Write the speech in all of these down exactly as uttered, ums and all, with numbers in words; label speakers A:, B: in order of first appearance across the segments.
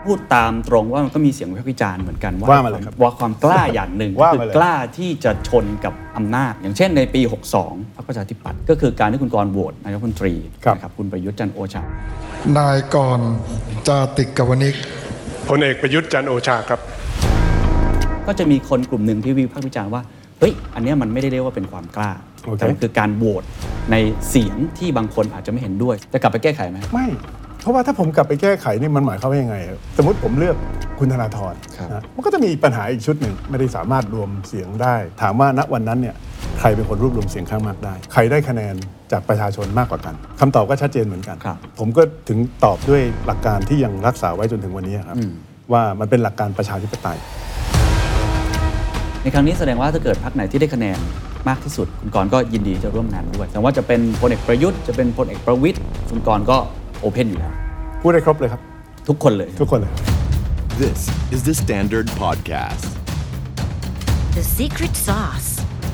A: พูดตามตรงว่ามันก็มีเสียงวิพากษ์วิจารณ์เหมือนกันว่าว่าความกล้าอย่างหนึ่งคือกล้าที่จะชนกับอำนาจอย่างเช่นในปีหกสิบสองพรรคประชาธิปัตย์ก็คือการที่คุณกรณ์โหวตนายกรัฐมนตรีนะครับคุณประยุทธ์จันทร์โอชาน
B: ายกรณ์จาติกวณิก
C: พลเอกประยุทธ์จันทร์โอชาครับ
A: ก็จะมีคนกลุ่มหนึ่งที่วิพากษ์วิจารณ์ว่าเฮ้ยอันนี้มันไม่ได้เรียกว่าเป็นความกล้า okay. แต่มันคือการโหวตในเสียงที่บางคนอาจจะไม่เห็นด้วยจะกลับไปแก้ไขไหม
D: ไม่เพราะว่าถ้าผมกลับไปแก้ไขนี่มันหมายความว่ายังไงสมมติผมเลือกคุณธนาธรนะมันก็จะมีปัญหาอีกชุดหนึ่งไม่ได้สามารถรวมเสียงได้ถามว่าณวันนั้นเนี่ยใครเป็นคนรวบรวมเสียงข้างมากได้ใครได้คะแนนจากประชาชนมากกว่ากันคำตอบก็ชัดเจนเหมือนกันผมก็ถึงตอบด้วยหลักการที่ยังรักษาไว้จนถึงวันนี้ครับว่ามันเป็นหลักการประชาธิปไตย
A: ในครั้งนี้แสดงว่าถ้าเกิดพรรคไหนที่ได้คะแนนมากที่สุดคุณกรณ์ก็ยินดีจะร่วมงานด้วยแต่ว่าจะเป็นพลเอกประยุทธ์จะเป็นพลเอกประวิตรคุณกรณ์ก็โอเพ่นอยู่แล้ว
D: พูดได้ครบเลยครับ
A: ทุกคนเลย
D: ทุกคนเลย
E: This is the Standard Podcast
F: The Secret Sauce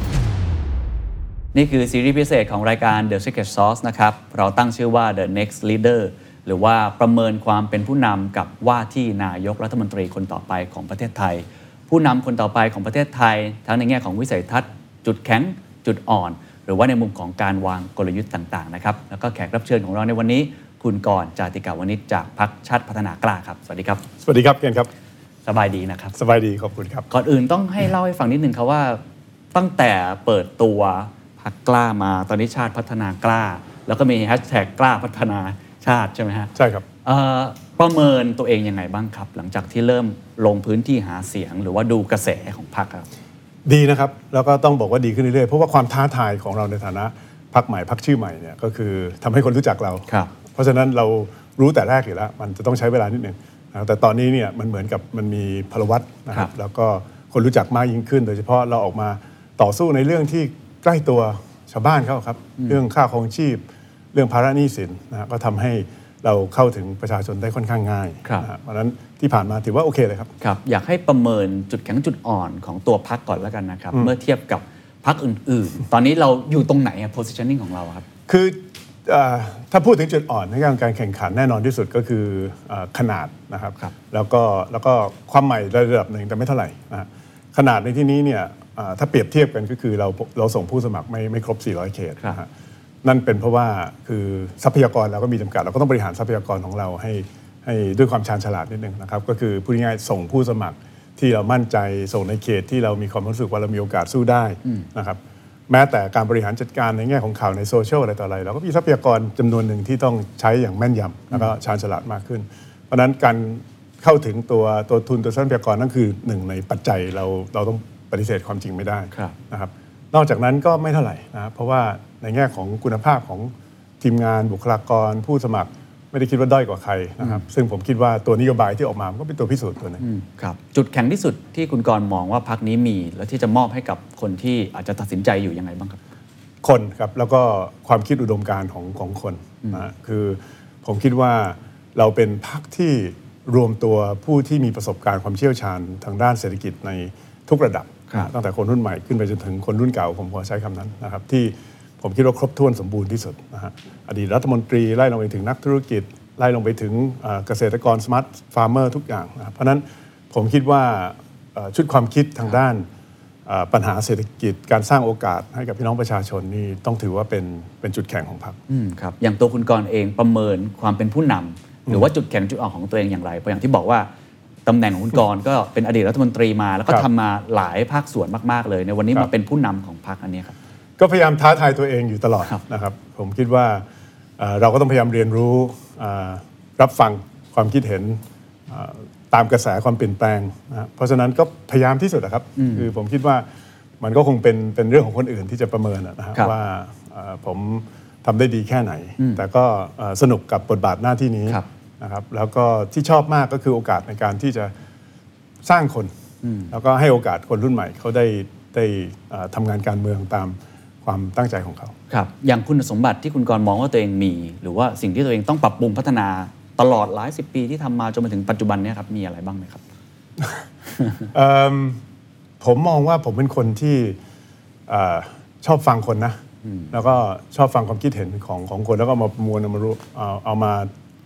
A: นี่คือซีรีส์พิเศษของรายการ The Secret Sauce นะครับเราตั้งชื่อว่า The Next Leader หรือว่าประเมินความเป็นผู้นำกับว่าที่นายกรัฐมนตรีคนต่อไปของประเทศไทยผู้นำคนต่อไปของประเทศไทยทั้งในแง่ของวิสัยทัศน์จุดแข็งจุดอ่อนหรือว่าในมุมของการวางกลยุทธ์ต่างๆนะครับแล้วก็แขกรับเชิญของเราในวันนี้คุณกรณ์จาติกาวณิชจากพรรคชาติพัฒนากล้าครับสวัสดีครับ
D: สวัสดีครับเคนครับ
A: สบายดีนะครับ
D: สบายดีขอบคุณครับ
A: ก่อนอื่นต้องให้เล่าให้ฟังนิดนึงครับว่าตั้งแต่เปิดตัวพรรคกล้ามาตอนนี้ชาติพัฒนากล้าแล้วก็มีแฮชแท็กกล้าพัฒนาชาติใช่ไหมฮะ
D: ใช่ครับ
A: ประเมินตัวเองยังไงบ้างครับหลังจากที่เริ่มลงพื้นที่หาเสียงหรือว่าดูกระแสของพรรคครับ
D: ดีนะครับแล้วก็ต้องบอกว่าดีขึ้นเรื่อยๆเพราะว่าความท้าทายของเราในฐานะพรรคใหม่พรรคชื่อใหม่เนี่ยก็คือทำให้คนรู้จักเราเพราะฉะนั้นเรารู้แต่แรกอยู่แล้วมันจะต้องใช้เวลานิดนึงนะแต่ตอนนี้เนี่ยมันเหมือนกับมันมีพลวัตนะครับแล้วก็คนรู้จักมากยิ่งขึ้นโดยเฉพาะเราออกมาต่อสู้ในเรื่องที่ใกล้ตัวชาวบ้านเขาครับเรื่องค่าครองชีพเรื่องภาระหนี้สินนะก็ทำให้เราเข้าถึงประชาชนได้ค่อนข้างง่ายเพราะฉะนั้นที่ผ่านมาถือว่าโอเคเลยครับ
A: ครับอยากให้ประเมินจุดแข็งจุดอ่อนของตัวพรรคก่อนแล้วกันนะครับเมื่อเทียบกับพรรคอื่นๆตอนนี้เราอยู่ตรงไหน positioning ของเราครับ
D: คือถ้าพูดถึงจุดอ่อนในการแข่งขันแน่นอนที่สุดก็คือขนาดนะครับแล้วก็แล้วก็ความใหม่ระดับหนึ่งแต่ไม่เท่าไหร่นะขนาดในที่นี้เนี่ยถ้าเปรียบเทียบกันก็คือเราเราส่งผู้สมัครไม่ไม่ครบสี่ร้อยเขตนะฮะนั่นเป็นเพราะว่าคือทรัพยากรเราก็มีจำกัดเราก็ต้องบริหารทรัพยากรของเราให้ให้ด้วยความชาญฉลาดนิดนึงนะครับก็คือพูดง่ายๆส่งผู้สมัครที่เรามั่นใจส่งในเขตที่เรามีความรู้สึกว่าเรามีโอกาสสู้ได้นะครับแม้แต่การบริหารจัดการในแง่ของข่าวในโซเชียลอะไรต่ออะไรเราก็มีทรัพยากรจำนวนหนึ่งที่ต้องใช้อย่างแม่นยำแล้วก็ชาญฉลาดมากขึ้นเพราะฉะนั้นการเข้าถึงตัวตัวทุนตัวทรัพยากรนั่นคือหนึ่งในปัจจัยเราเราต้องปฏิเสธความจริงไม่ได้นะครับนอกจากนั้นก็ไม่เท่าไหร่นะเพราะว่าในแง่ของคุณภาพของทีมงานบุคลากรผู้สมัครไม่ได้คิดว่าด้อยกว่าใครนะครับซึ่งผมคิดว่าตัวนโยบายที่ออกมาก็เป็นตัวพิสูจน์ตัวนึง
A: ครับจุดแข็งที่สุดที่คุณกรณ์มองว่าพรรคนี้มีแล้วที่จะมอบให้กับคนที่อาจจะตัดสินใจอยู่ยังไงบ้างครับ
D: คนครับแล้วก็ความคิดอุดมการณ์ของของคนนะคือผมคิดว่าเราเป็นพรรคที่รวมตัวผู้ที่มีประสบการณ์ความเชี่ยวชาญทางด้านเศรษฐกิจในทุกระดับตั้งแต่คนรุ่นใหม่ขึ้นไปจนถึงคนรุ่นเก่าผมขอใช้คำนั้นนะครับที่ผมคิดว่าครบถ้วนสมบูรณ์ที่สุดนะฮะอดีตรัฐมนตรีไล่ลงไปถึงนักธุรกิจไล่ลงไปถึงเกษตรกรสมาร์ทฟาร์มเมอร์ทุกอย่างนะเพราะนั้นผมคิดว่าชุดความคิดทางด้านปัญหาเศรษฐกิจการสร้างโอกาสให้กับพี่น้องประชาชนนี่ต้องถือว่าเป็นเป็นจุดแข็งของพรรค
A: ครับอย่างตัวคุณกรณ์เองประเมินความเป็นผู้นำหรือว่าจุดแข็งจุดอ่อนของตัวเองอย่างไรเพราะอย่างที่บอกว่าตำแหน่งของคุณกรณ์ก็เป็นอดีตรัฐมนตรีมาแล้วก็ทำมาหลายภาคส่วนมากๆเลยในวันนี้มาเป็นผู้นำของพรรคอันนี้ครับ
D: ก็พยายามท้าทายตัวเองอยู่ตลอดนะครับผมคิดว่าเราก็ต้องพยายามเรียนรู้รับฟังความคิดเห็นตามกระแสความเปลี่ยนแปลงนะเพราะฉะนั้นก็พยายามที่สุดนะครับคือผมคิดว่ามันก็คงเป็นเป็นเรื่องของคนอื่นที่จะประเมินนะครับว่าผมทำได้ดีแค่ไหนแต่ก็สนุกกับบทบาทหน้าที่นี้นะครับแล้วก็ที่ชอบมากก็คือโอกาสในการที่จะสร้างคนแล้วก็ให้โอกาสคนรุ่นใหม่เขาได้ได้ทำงานการเมืองตามความตั้งใจของเขา
A: ครับอย่างคุณสมบัติที่คุณกรณ์มองว่าตัวเองมีหรือว่าสิ่งที่ตัวเองต้องปรับปรุงพัฒนาตลอดหลายสิบปีที่ทำมาจนมาถึงปัจจุบันนี้ครับมีอะไรบ้างไหมครับ
D: ผมมองว่าผมเป็นคนที่ชอบฟังคนนะแล้วก็ชอบฟังความคิดเห็นของของคนแล้วก็มาประมวลเอามารู้เอามาคิด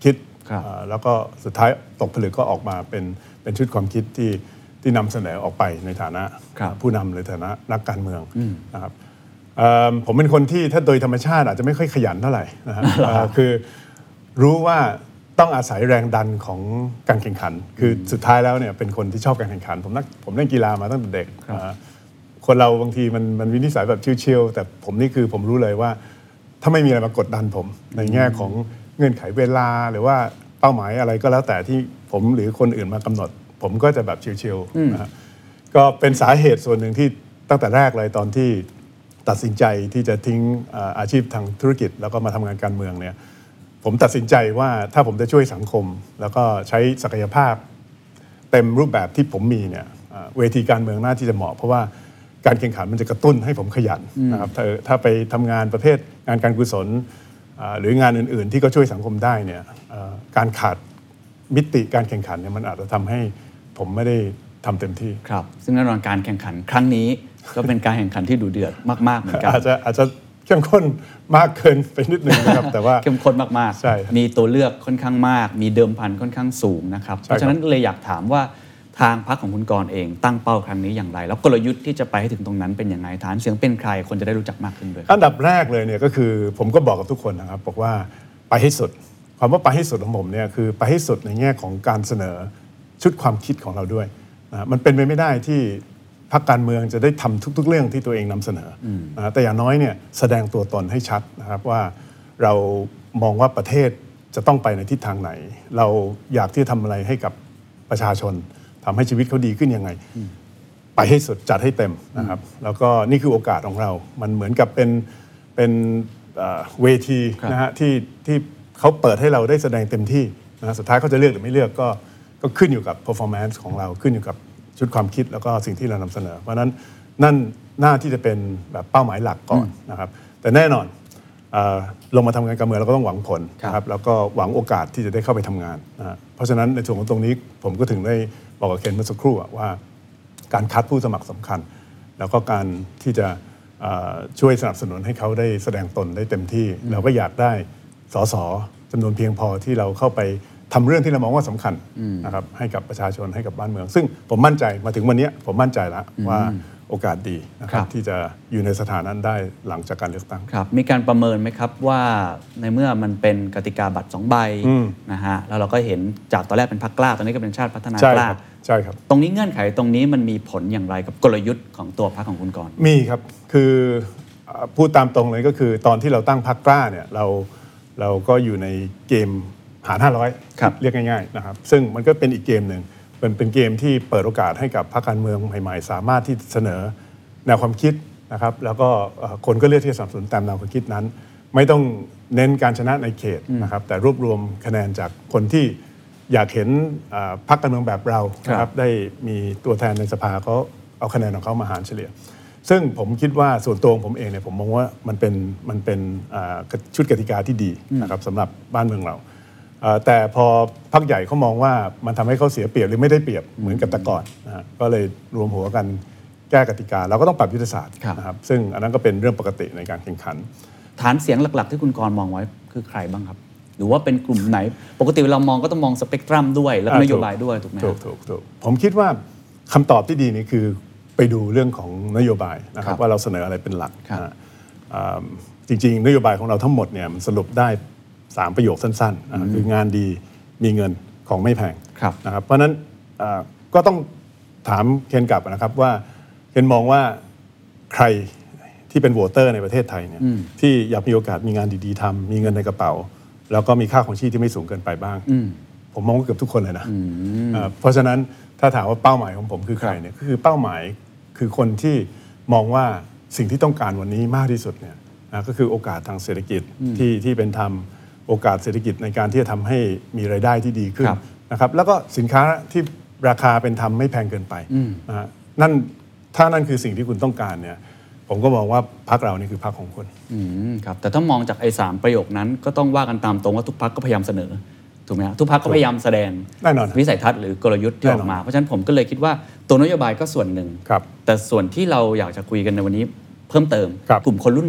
D: แล้วก็สุดท้ายตกผลึกก็ออกมาเป็นเป็นชุดความคิดที่ที่นำเสนอออกไปในฐานะผู้นำในฐานะนักการเมืองนะครับผมเป็นคนที่ถ้าโดยธรรมชาติอาจจะไม่ค่อยขยันเท่าไหร่นะฮะ คือรู้ว่าต้องอาศัยแรงดันของการแข่งขันคือสุดท้ายแล้วเนี่ยเป็นคนที่ชอบการแข่งขันผมนักผมเล่นกีฬามาตั้งแต่เด็กคนเราบางทีมันมันวินิสัยแบบชิลๆแต่ผมนี่คือผมรู้เลยว่าถ้าไม่มีอะไรมากดดันผมในแง่ของเงื่อนไขเวลาหรือว่าเป้าหมายอะไรก็แล้วแต่ที่ผมหรือคนอื่นมากำหนดผมก็จะแบบชิลๆนะก็เป็นสาเหตุส่วนหนึ่งที่ตั้งแต่แรกเลยตอนที่ตัดสินใจที่จะทิ้งอาชีพทางธุรกิจแล้วก็มาทำงานการเมืองเนี่ยผมตัดสินใจว่าถ้าผมจะช่วยสังคมแล้วก็ใช้ศักยภาพเต็มรูปแบบที่ผมมีเนี่ยเวทีการเมืองน่าที่จะเหมาะเพราะว่าการแข่งขันมันจะกระตุ้นให้ผมขยันนะครับถ้าถ้าไปทำงานประเภทงานการกุศลหรืองานอื่นๆที่ก็ช่วยสังคมได้เนี่ยการขาดมิติการแข่งขันเนี่ยมันอาจจะทำให้ผมไม่ได้ทำเต็มที่
A: ครับซึ่งแน่นอนการแข่งขันครั้งนี้ก็เป็นการแข่งขันที่ดุเดือดมากๆเหมือนกัน
D: อาจจะอาจจะเข้มข้นมากเกินไปนิดนึงนะครับแต่ว่า
A: เข้มข้นมาก
D: ๆใช่
A: มีตัวเลือกค่อนข้างมากมีเดิมพันค่อนข้างสูงนะครับเพราะฉะนั้นเลยอยากถามว่าทางพรรคของคุณกรณ์เองตั้งเป้าครั้งนี้อย่างไรแล้วกลยุทธ์ที่จะไปให้ถึงตรงนั้นเป็นยังไงฐานเสียงเป็นใครคนจะได้รู้จักมากขึ้นด้วย
D: อันดับแรกเลยเนี่ยก็คือผมก็บอกกับทุกคนนะครับบอกว่าไปให้สุดความว่าไปให้สุดของผมเนี่ยคือไปให้สุดในแง่ของการเสนอชุดความคิดของเราด้วยนะมันเป็นไปไม่ได้ที่พรรคการเมืองจะได้ทำทุกๆเรื่องที่ตัวเองนำเสนอนะแต่อย่างน้อยเนี่ยแสดงตัวตนให้ชัดนะครับว่าเรามองว่าประเทศจะต้องไปในทิศทางไหนเราอยากที่จะทำอะไรให้กับประชาชนทำให้ชีวิตเขาดีขึ้นยังไงไปให้สุดจัดให้เต็มนะครับแล้วก็นี่คือโอกาสของเรามันเหมือนกับเป็นเป็นเวทีนะฮะที่ที่เขาเปิดให้เราได้แสดงเต็มที่นะสุดท้ายเขาจะเลือกหรือไม่เลือกก็ก็ขึ้นอยู่กับ performance ของเราขึ้นอยู่กับชุดความคิดแล้วก็สิ่งที่เรานำเสนอเพราะนั้นนั่นหน้าที่จะเป็นแบบเป้าหมายหลักก่อนนะครับแต่แน่นอนลงมาทำงานการเมืองเราก็ต้องหวังผลนะครับแล้วก็หวังโอกาสที่จะได้เข้าไปทำงานนะเพราะฉะนั้นในส่วนของตรงนี้ผมก็ถึงได้บอกกับเคนเมื่อสักครู่ว่าการคัดผู้สมัครสำคัญแล้วก็การที่จะช่วยสนับสนุนให้เขาได้แสดงตนได้เต็มที่เราก็อยากได้สสจำนวนเพียงพอที่เราเข้าไปทำเรื่องที่เรามองว่าสำคัญนะครับให้กับประชาชนให้กับบ้านเมืองซึ่งผมมั่นใจมาถึงวันนี้ผมมั่นใจแล้วว่าโอกาสดีนะครับที่จะอยู่ในสถานะนั้นได้หลังจากการเลือกตั้ง
A: ครับมีการประเมินไหมครับว่าในเมื่อมันเป็นกติกาบัตรสองใบนะฮะแล้วเราก็เห็นจากตอนแรกเป็นพรรคกล้าตอนนี้ก็เป็นชาติพัฒนากล้า
D: ใช่ครับ
A: ตรงนี้เงื่อนไขตรงนี้มันมีผลอย่างไรกับกลยุทธ์ของตัวพรรคของคุณกรณ์
D: มีครับคือพูดตามตรงเลยก็คือตอนที่เราตั้งพรรคกล้าเนี่ยเราเราก็อยู่ในเกมหารห้าร้อยเรียกง่ายๆนะครับซึ่งมันก็เป็นอีกเกมหนึ่งเป็นเป็นเกมที่เปิดโอกาสให้กับพรรคการเมืองใหม่ๆสามารถที่เสนอแนวความคิดนะครับแล้วก็คนก็เลือกที่จะสนับสนุนตามแนวความคิดนั้นไม่ต้องเน้นการชนะในเขตนะครับแต่รวบรวมคะแนนจากคนที่อยากเห็นพรรคการเมืองแบบเรานะครับได้มีตัวแทนในสภาเขาเอาคะแนนของเขามาหารเฉลี่ยซึ่งผมคิดว่าส่วนตัวของผมเองเนี่ยผมมองว่ามันเป็นมันเป็นชุดกติกาที่ดีนะครับสำหรับบ้านเมืองเราแต่พอพรรคใหญ่เขามองว่ามันทำให้เขาเสียเปรียบหรือไม่ได้เปรียบเหมือนกับแต่ก่อนนะฮะก็เลยรวมหัวกันแก้กติกาเราก็ต้องปรับยุทธศาสตร์นะครับซึ่งอันนั้นก็เป็นเรื่องปกติในการแข่งขัน
A: ฐานเสียงหลักๆที่คุณกรณ์มองไว้คือใครบ้างครับหรือว่าเป็นกลุ่มไหนปกติเวลามองก็ต้องมองสเปกตรัมด้วยแล้วนโยบายด้วยถูกไหม
D: ถูกถูกถูกผมคิดว่าคำตอบที่ดีนี่คือไปดูเรื่องของนโยบายนะครับว่าเราเสนออะไรเป็นหลักจริงๆนโยบายของเราทั้งหมดเนี่ยมันสรุปได้สามประโยคสั้นๆคืองานดีมีเงินของไม่แพงนะครับเพราะฉะนั้นก็ต้องถามเคนกลับนะครับว่าเคนมองว่าใครที่เป็นโหวตเตอร์ในประเทศไทยเนี่ยที่อยากมีโอกาสมีงานดีๆทำมีเงินในกระเป๋าแล้วก็มีค่าของชีพที่ไม่สูงเกินไปบ้างผมมองว่าเกือบทุกคนเลยนะเพราะฉะนั้นถ้าถามว่าเป้าหมายของผมคือใครเนี่ยก็คือเป้าหมายคือคนที่มองว่าสิ่งที่ต้องการวันนี้มากที่สุดเนี่ยก็คือโอกาสทางเศรษฐกิจที่ที่เป็นธรรมโอกาสเศรษฐกิจในการที่จะทำให้มีรายได้ที่ดีขึ้นนะครับแล้วก็สินค้าที่ราคาเป็นธรรมไม่แพงเกินไปนะนั่นถ้านั่นคือสิ่งที่คุณต้องการเนี่ยผมก็มองว่าพรรคเรานี่คือพรรคของคุณ
A: ครับแต่ถ้ามองจากไอ้สามประโยคนั้นก็ต้องว่ากันตามตรงว่าทุกพรรคก็พยายามเสนอถูกไหมครับทุกพรรคก็พยายามแสดงวิสัยทัศน์หรือกลยุทธ์ที่ออกมาเพราะฉะนั้นผมก็เลยคิดว่าตัวนโยบายก็ส่วนหนึ่งแต่ส่วนที่เราอยากจะคุยกันในวันนี้เพิ่มเติมกลุ่มคนรุ่นใหม่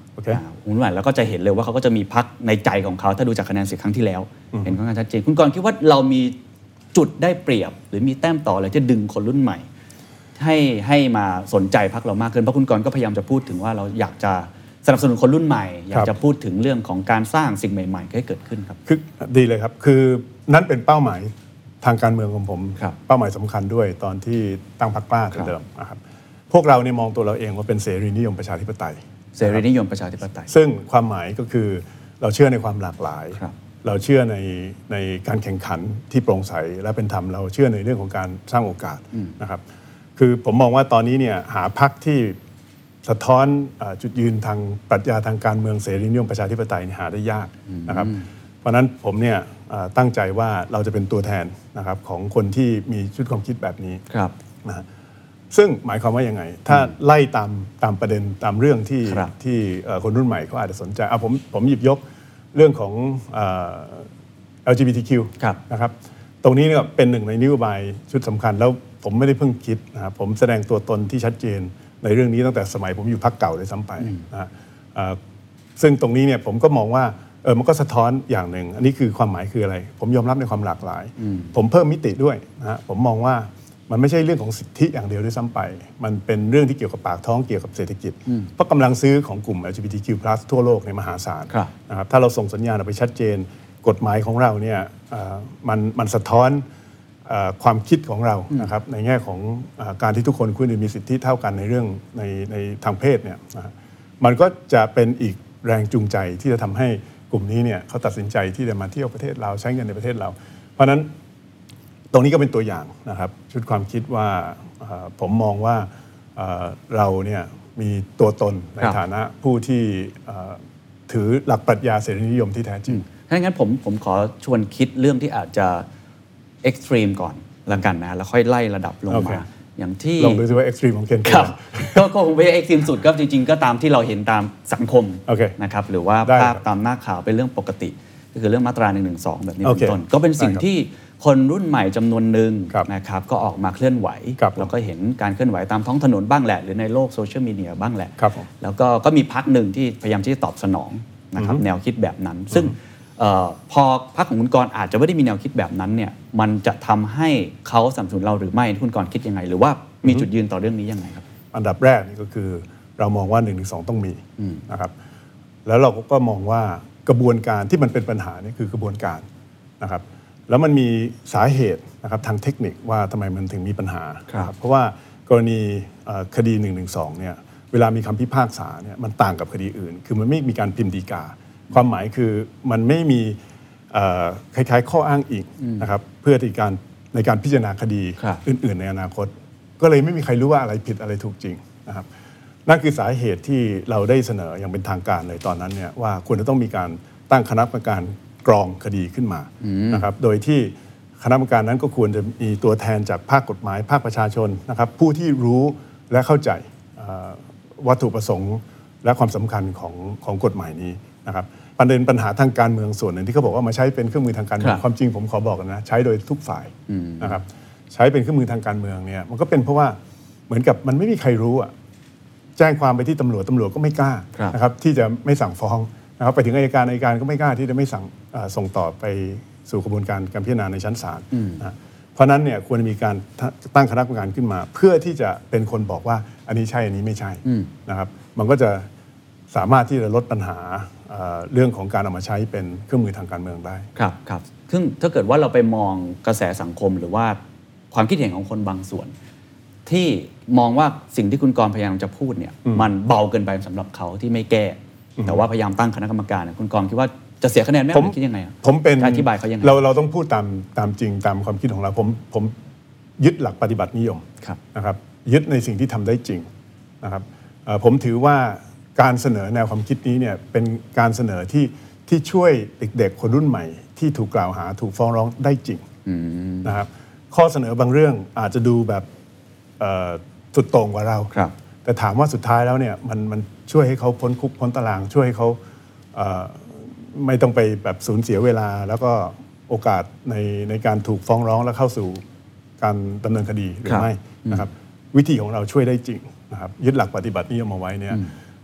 D: โอเค
A: คุณหมายแล้วก็จะเห็นเลยว่าเขาก็จะมีพรรคในใจของเขาถ้าดูจากคะแนนเสียงครั้งที่แล้วเห็นค่อนข้างชัดเจนคุณกรณ์คิดว่าเรามีจุดได้เปรียบหรือมีแต้มต่ออะไรที่ดึงคนรุ่นใหม่ให้ให้มาสนใจพรรคเรามากขึ้นเพราะคุณกรณ์ก็พยายามจะพูดถึงว่าเราอยากจะสนับสนุนคนรุ่นใหม่อยากจะพูดถึงเรื่องของการสร้างสิ่งใหม่ๆให้เกิดขึ้นครับ
D: คือดีเลยครับคือนั่นเป็นเป้าหมายทางการเมืองของผมเป้าหมายสำคัญด้วยตอนที่ตั้งพรรคกล้าเดิมนะครับพวกเราเนี่ยมองตัวเราเองว่าเป็นเสรีนิยมประชาธิปไตย
A: เสรีนิยมประชาธิปไตย
D: ซึ่งความหมายก็คือเราเชื่อในความหลากหลายเราเชื่อในในการแข่งขันที่โปร่งใสและเป็นธรรมเราเชื่อในเรื่องของการสร้างโอกาสนะครับคือผมมองว่าตอนนี้เนี่ยหาพรรคที่สะท้อนจุดยืนทางปรัชญาทางการเมืองเสรีนิยมประชาธิปไตยหาได้ยากนะครับเพราะนั้นผมเนี่ยตั้งใจว่าเราจะเป็นตัวแทนนะครับของคนที่มีชุดความคิดแบบนี้นะซึ่งหมายความว่ายังไงถ้าไล่ตามตามประเด็นตามเรื่องที่ที่คนรุ่นใหม่เขาอาจจะสนใจเอาผมผมหยิบยกเรื่องของ แอล จี บี ที คิว นะครับตรงนี้เนี่ยเป็นหนึ่งในนโยบายชุดสำคัญแล้วผมไม่ได้เพิ่งคิดนะครับผมแสดงตัวตนที่ชัดเจนในเรื่องนี้ตั้งแต่สมัยผมอยู่พรรคเก่าเลยซ้ำไปนะซึ่งตรงนี้เนี่ยผมก็มองว่าเออมันก็สะท้อนอย่างหนึ่งอันนี้คือความหมายคืออะไรผมยอมรับในความหลากหลายผมเพิ่มมิติด้วยนะผมมองว่ามันไม่ใช่เรื่องของสิทธิอย่างเดียวด้วยซ้ำไปมันเป็นเรื่องที่เกี่ยวกับปากท้องเกี่ยวกับเศรษฐกิจเพราะกำลังซื้อของกลุ่ม แอล จี บี ที คิว พลัส ทั่วโลกในมหาศาลนะครับถ้าเราส่งสัญญาณออกไปชัดเจนกฎหมายของเราเนี่ยมันมันสะท้อนความคิดของเรานะครับในแง่ของการที่ทุกคนควรจะมีสิทธิเท่ากันในเรื่องในในทางเพศเนี่ยมันก็จะเป็นอีกแรงจูงใจที่จะทำให้กลุ่มนี้เนี่ยเขาตัดสินใจที่จะมาเที่ยวประเทศเราใช้เงินในประเทศเราเพราะฉะนั้นตรงนี้ก็เป็นตัวอย่างนะครับชุดความคิดว่าผมมองว่าเราเนี่ยมีตัวตนในฐานะผู้ที่ถือหลักปรัชญาเสรีนิยมที่แท้จริง
A: ถ้าอย่างนั้นผมผมขอชวนคิดเรื่องที่อาจจะเอ็กซ์ตรีมก่อนแล้วกันนะแล้วค่อยไล่ระดับลงมาอย่างที่
D: ลองดูซิว่าเอ็กซ์ตรีมของเคน
A: ครับก็คงไม่ใช่เอ็กซ์ตรีมสุดก็จริงๆก็ตามที่เราเห็นตามสังคมนะครับหรือว่าภาพตามหน้าข่าวเป็นเรื่องปกติก็คือเรื่องมาตราหนึ่งหนึ่งสองแบบนี้เป็นต้นก็เป็นสิ่งที่คนรุ่นใหม่จำนวนหนึ่งนะครับก็ออกมาเคลื่อนไหวแล้วก็เห็นการเคลื่อนไหวตามท้องถนนบ้างแหละหรือในโลกโซเชียลมีเดียบ้างแหละแล้วก็ก็มีพรรคหนึ่งที่พยายามที่จะตอบสนองนะครับแนวคิดแบบนั้นซึ่งพอพรรคของคุณกรณ์อาจจะไม่ได้มีแนวคิดแบบนั้นเนี่ยมันจะทำให้เขาสนับสนุนเราหรือไม่คุณกรณ์คิดยังไงหรือว่ามีจุดยืนต่อเรื่องนี้ยังไงครับ
D: อันดับแรกนี่ก็คือเรามองว่าหนึ่งหนึ่งสองต้องมีนะครับแล้วเราก็มองว่ากระบวนการที่มันเป็นปัญหานี่คือกระบวนการนะครับแล้วมันมีสาเหตุนะครับทางเทคนิคว่าทำไมมันถึงมีปัญหาเพราะว่ากรณีคดีหนึ่งหนึ่งสองเนี่ยเวลามีคำพิพากษาเนี่ยมันต่างกับคดีอื่นคือมันไม่มีการพิมพ์ฎีกาความหมายคือมันไม่มีคล้ายๆข้ออ้างอิงนะครับเพื่อที่การในการพิจารณาคดีอื่นๆในอนาคตก็เลยไม่มีใครรู้ว่าอะไรผิดอะไรถูกจริงนะครับนั่นคือสาเหตุที่เราได้เสนออย่างเป็นทางการเลยตอนนั้นเนี่ยว่าควรจะต้องมีการตั้งคณะกรรมการกรองคดีขึ้นมานะครับโดยที่คณะกรรมการนั้นก็ควรจะมีตัวแทนจากภาคกฎหมายภาคประชาชนนะครับผู้ที่รู้และเข้าใจวัตถุประสงค์และความสำคัญของของกฎหมายนี้นะครับประเด็นปัญหาทางการเมืองส่วนหนึ่งที่เขาบอกว่ามาใช้เป็นเครื่องมือทางการเมืองความจริงผมขอบอกนะใช้โดยทุกฝ่ายนะครับใช้เป็นเครื่องมือทางการเมืองเนี่ยมันก็เป็นเพราะว่าเหมือนกับมันไม่มีใครรู้อ่ะแจ้งความไปที่ตำรวจตำรวจก็ไม่กล้านะครับที่จะไม่สั่งฟ้องนะครับไปถึงอัยการอัยการก็ไม่กล้าที่จะไม่สั่งส่งต่อไปสู่กระบวนการการพิจารณาในชั้นศาลนะเพราะนั้นเนี่ยควรมีการตั้งคณะกรรมการขึ้นมาเพื่อที่จะเป็นคนบอกว่าอันนี้ใช่อันนี้ไม่ใช่นะครับมันก็จะสามารถที่จะลดปัญหาเรื่องของการเอามาใช้เป็นเครื่องมือทางการเมืองได้
A: ครับครับซึ่งถ้าเกิดว่าเราไปมองกระแสสังคมหรือว่าความคิดเห็นของคนบางส่วนที่มองว่าสิ่งที่คุณกรณ์พยายามจะพูดเนี่ยมันเบาเกินไปสำหรับเขาที่ไม่แก้แต่ว่าพยายามตั้งคณะกรรมการคุณกรณ์คิดว่าจะเสียคะแนนไหมผมคิดยังไง
D: ผมเป็น
A: อธิบายเขายังไง
D: เราเราต้องพูดตามตามจริงตามความคิดของเราผมผมยึดหลักปฏิบัตินิยมนะครับยึดในสิ่งที่ทำได้จริงนะครับผมถือว่าการเสนอแนวความคิดนี้เนี่ยเป็นการเสนอที่ที่ช่วยเด็กๆคนรุ่นใหม่ที่ถูกกล่าวหาถูกฟ้องร้องได้จริงนะครับข้อเสนอบางเรื่องอาจจะดูแบบสุดโต่งกว่าเราแต่ถามว่าสุดท้ายแล้วเนี่ยมันมันช่วยให้เขาพ้นคุกพ้นตารางช่วยให้เขาไม่ต้องไปแบบสูญเสียเวลาแล้วก็โอกาสในในการถูกฟ้องร้องและเข้าสู่การดำเนินคดีหรือไม่นะครับวิธีของเราช่วยได้จริงนะครับยึดหลักปฏิบัตินิยมเอาไว้เนี่ย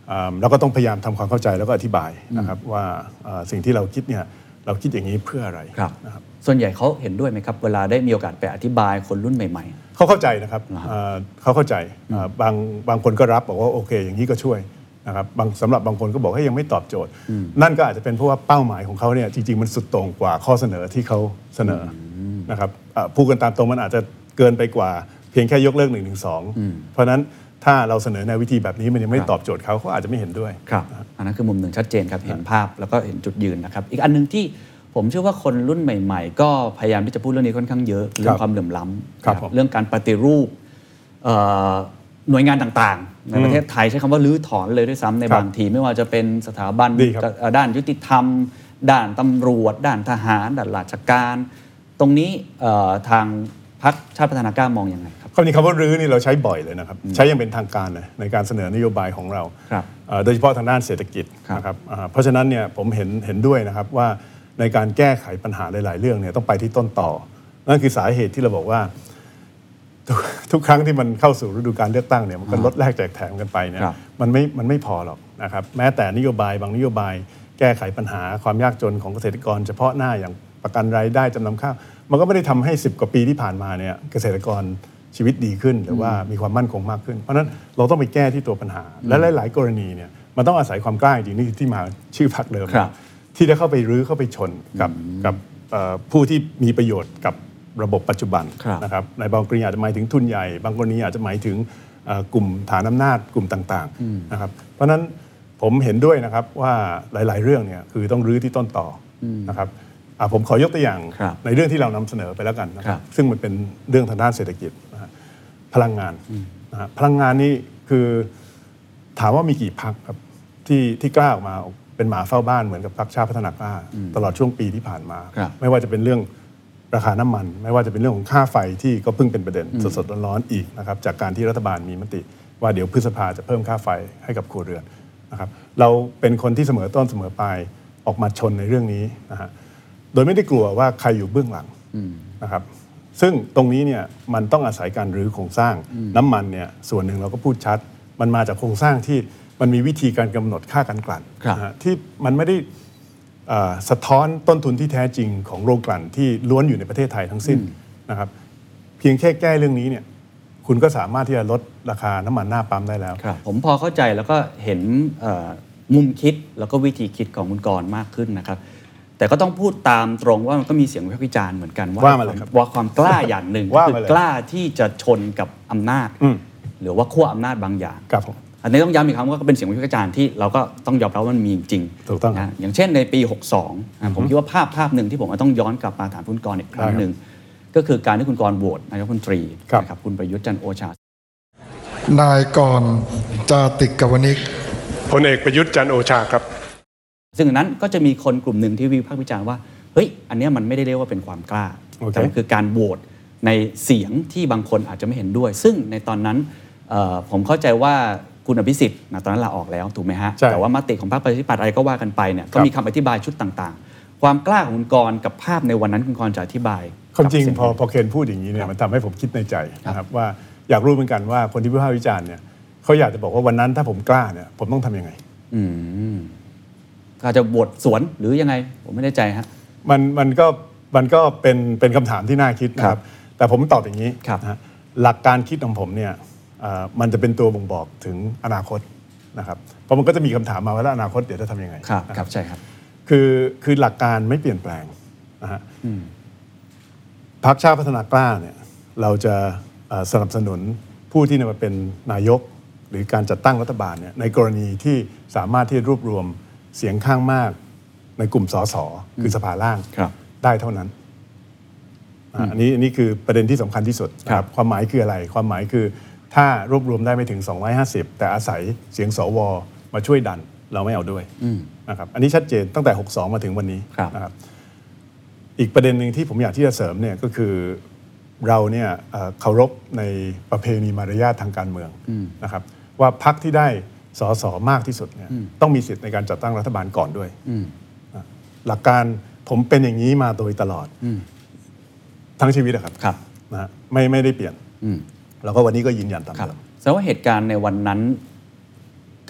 D: เราก็ต้องพยายามทำความเข้าใจแล้วก็อธิบายนะครับว่าสิ่งที่เราคิดเนี่ยเราคิดอย่างนี้เพื่ออะไรนะครับ
A: ส่วนใหญ่เขาเห็นด้วยไหมครับเวลาได้มีโอกาสไปอธิบายคนรุ่นใหม่
D: ๆเขาเข้าใจนะครับเขาเข้าใจบางบางคนก็รับบอกว่าโอเคอย่างนี้ก็ช่วยนะครับบางสำหรับบางคนก็บอกให้ยังไม่ตอบโจทย์นั่นก็อาจจะเป็นเพราะว่าเป้าหมายของเขาเนี่ยจริงๆมันสุดโต่งกว่าข้อเสนอที่เขาเสนอนะครับพูดกันตามตรงมันอาจจะเกินไปกว่าเพียงแค่ยกเลิกหนึ่งหนึ่งสองเพราะฉะนั้นถ้าเราเสนอในวิธีแบบนี้มันยังไม่ตอบโจทย์เขาเขาอาจจะไม่เห็นด้วย
A: ครับอันนั้นคือมุมหนึ่งชัดเจนครับเห็นภาพแล้วก็เห็นจุดยืนนะครับอีกอันนึงที่ผมเชื่อว่าคนรุ่นใหม่ๆก็พยายามที่จะพูดเรื่องนี้ค่อนข้างเยอะเรื่องความเหลื่อมล้ำเรื่องการปฏิรูปหน่วยงานต่างๆในประเทศไทยใช้คำว่ารื้อถอนเลยด้วยซ้ำในบางทีไม่ว่าจะเป็นสถาบันด้านยุติธรรมด้านตำรวจด้านทหารด้านราชการตรงนี้ทางพรรคชาติพัฒนากล้ามองยังไงครับ
D: คำนี้คำว่ารื้อนี่เราใช้บ่อยเลยนะครับใช้อย่างเป็นทางการเลยในการเสนอนโยบายของเราโดยเฉพาะทางด้านเศรษฐกิจนะครับเพราะฉะนั้นเนี่ยผมเห็นเห็นด้วยนะครับว่าในการแก้ไขปัญหาหลายๆเรื่องเนี่ยต้องไปที่ต้นต่อนั่นคือสาเหตุที่เราบอกว่าทุกครั้งที่มันเข้าสู่ฤดูกาลเลือกตั้งเนี่ยมันก็ลดแลกแจกแถมกันไปเนี่ยมันไม่มันไม่พอหรอกนะครับแม้แต่นโยบายบางนโยบายแก้ไขปัญหาความยากจนของเกษตรกรเฉพาะหน้าอย่างประกันรายได้จำนำข้าวมันก็ไม่ได้ทำให้สิบกว่าปีที่ผ่านมาเนี่ยเกษตรกรชีวิตดีขึ้นหรือว่ามีความมั่นคงมากขึ้นเพราะนั้นเราต้องไปแก้ที่ตัวปัญหาและหลายๆกรณีเนี่ยมันต้องอาศัยความกล้าจริงนี่ที่มาชื่อพรรคเดิมที่ได้เข้าไปรื้อเข้าไปชนกับกับผู้ที่มีประโยชน์กับระบบปัจจุบันนะครับในบางกรณีอาจจะหมายถึงทุนใหญ่บางกรณีอาจจะหมายถึงกลุ่มฐานอำนาจกลุ่มต่างๆนะครับเพราะนั้นผมเห็นด้วยนะครับว่าหลายๆเรื่องเนี่ยคือต้องรื้อที่ต้นต่อนะครับผมขอยกตัวอย่างในเรื่องที่เรานำเสนอไปแล้วกันนะครับซึ่งมันเป็นเรื่องทางด้านเศรษฐกิจนะพลังงานนะพลังงานนี่คือถามว่ามีกี่พรรคครับที่ที่กล้าออกมาเป็นหมาเฝ้าบ้านเหมือนกับพรรคชาติพัฒนากล้าตลอดช่วงปีที่ผ่านมาไม่ว่าจะเป็นเรื่องราคาน้ำมันไม่ว่าจะเป็นเรื่องของค่าไฟที่ก็เพิ่งเป็นประเด็นสดๆร้อนๆอีกนะครับจากการที่รัฐบาลมีมติว่าเดี๋ยวพฤษภาจะเพิ่มค่าไฟให้กับครัวเรือนนะครับเราเป็นคนที่เสมอต้นเสมอปลายออกมาชนในเรื่องนี้นะฮะโดยไม่ได้กลัวว่าใครอยู่เบื้องหลังนะครับซึ่งตรงนี้เนี่ยมันต้องอาศัยการรื้อโครงสร้างน้ำมันเนี่ยส่วนหนึ่งเราก็พูดชัดมันมาจากโครงสร้างที่มันมีวิธีการกำหนดค่าการกลั่นนะฮะที่มันไม่ได้สะท้อนต้นทุนที่แท้จริงของโรงกลั่นที่ล้วนอยู่ในประเทศไทยทั้งสิ้นนะครับเพียงแค่แก้เรื่องนี้เนี่ยคุณก็สามารถที่จะลดราคาน้ำมันหน้าปั๊มได้แล้ว
A: ผมพอเข้าใจแล้วก็เห็นมุมคิดแล้วก็วิธีคิดของคุณกรณ์มากขึ้นนะครับแต่ก็ต้องพูดตามตรงว่ามันก็มีเสียงวิพากษ์วิจารณ์เหมือนกันว่าว่าความกล้าอย่างหนึ่งคือกล้าที่จะชนกับอำนาจหรือว่าขั้วอำนาจบางอย่างอันนี้ต้องย้ำอีกครั้งว่าก็เป็นเสียงวิพากษ์วิจารณ์ที่เราก็ต้องยอมรับว่ามันมีจริงนะอย่างเช่นในปีหกสิบสองผมคิดว่าภาพภาพหนึ่งที่ผมต้องย้อนกลับมาถามคุณกรณ์อีกครั้งหนึ่งก็คือการที่คุณกรณ์โหวตนายกรัฐมนตรีนะครับคุณประยุทธ์จันทร์โอชาน
B: ายกรณ์จาติกวณิก
C: พลเอกประยุทธ์จันทร์โอชาครับ
A: ซึ่งนั้นก็จะมีคนกลุ่มหนึ่งที่วิพากษ์วิจารณ์ว่าเฮ้ยอันนี้มันไม่ได้เรียกว่าเป็นความกล้า okay. แต่มันคือการโหวตในเสียงที่บางคนอาจจะไม่เห็นด้วยซึ่งในตอนนั้นผมเข้าใจว่าคุณอภิสิทธิ์ตอนนั้นลาออกแล้วถูกไหมฮะแต่ว่ามติของพรรคประชาธิปัตย์อะไรก็ว่ากันไปเนี่ยก็มีคำอธิบายชุดต่างๆความกล้าของคุณกรณ์กับภาพในวันนั้นคุณกรณ์จะอธิบาย
D: ความจริงพอพอเคนพูดอย่างนี้เนี่ยมันทำให้ผมคิดในใจนะครับว่าอยากรู้เหมือนกันว่าคนที่วิพากษ์วิจารณ์เนี่ยเขาอยากจะบอกว่าวันนั้นถ้าผมกล้าเนี่ยผมต้องทำยังไง
A: อืมอาจจะบทสวนหรือยังไงผมไม่แน่ใจฮะ
D: มันมันก็มันก็เป็นเป็นคำถามที่น่าคิดนะครับแต่ผมตอบอย่างนี้นะหลักการคิดของผมเนี่ยมันจะเป็นตัวบ่งบอกถึงอนาคตนะครับเพราะมันก็จะมีคำถามมาว่าแล้วอนาคตเดี๋ยวจะทำยังไง
A: ครับครับใช่ครับ
D: คือคือหลักการไม่เปลี่ยนแปลงนะฮะพรรคชาติพัฒนากล้าเนี่ยเราจะสนับสนุนผู้ที่มาเป็นนายกหรือการจัดตั้งรัฐบาลเนี่ยในกรณีที่สามารถที่จะรวบรวมเสียงข้างมากในกลุ่มสสคือสภาล่างได้เท่านั้นอันนี้อันนี้คือประเด็นที่สำคัญที่สุดครับความหมายคืออะไรความหมายคือถ้ารวบรวมได้ไม่ถึงสองร้อยห้าสิบแต่อาศัยเสียงสวมาช่วยดันเราไม่เอาด้วยนะครับอันนี้ชัดเจนตั้งแต่หกสิบสองมาถึงวันนี้นะครับอีกประเด็นหนึ่งที่ผมอยากที่จะเสริมเนี่ยก็คือเราเนี่ยเคารพในประเพณีมารยาททางการเมืองนะครับว่าพรรคที่ได้สสมากที่สุดเนี่ยต้องมีสิทธิ์ในการจัดตั้งรัฐบาลก่อนด้วยหลักการผมเป็นอย่างนี้มาโดยตลอดทั้งชีวิตนะครับนะไม่ไม่ได้เปลี่ยนแล้วก็วันนี้ก็ยืนยันตามเดิม
A: แสดงว่าเหตุการณ์ในวันนั้นกับ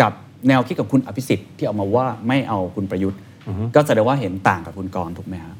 A: แนวคิดกับคุณอภิสิทธิ์ที่ออกมาว่าไม่เอาคุณประยุทธ์ก็แสดงว่าเห็นต่างกับคุณกรณ์ถูกไหมครับ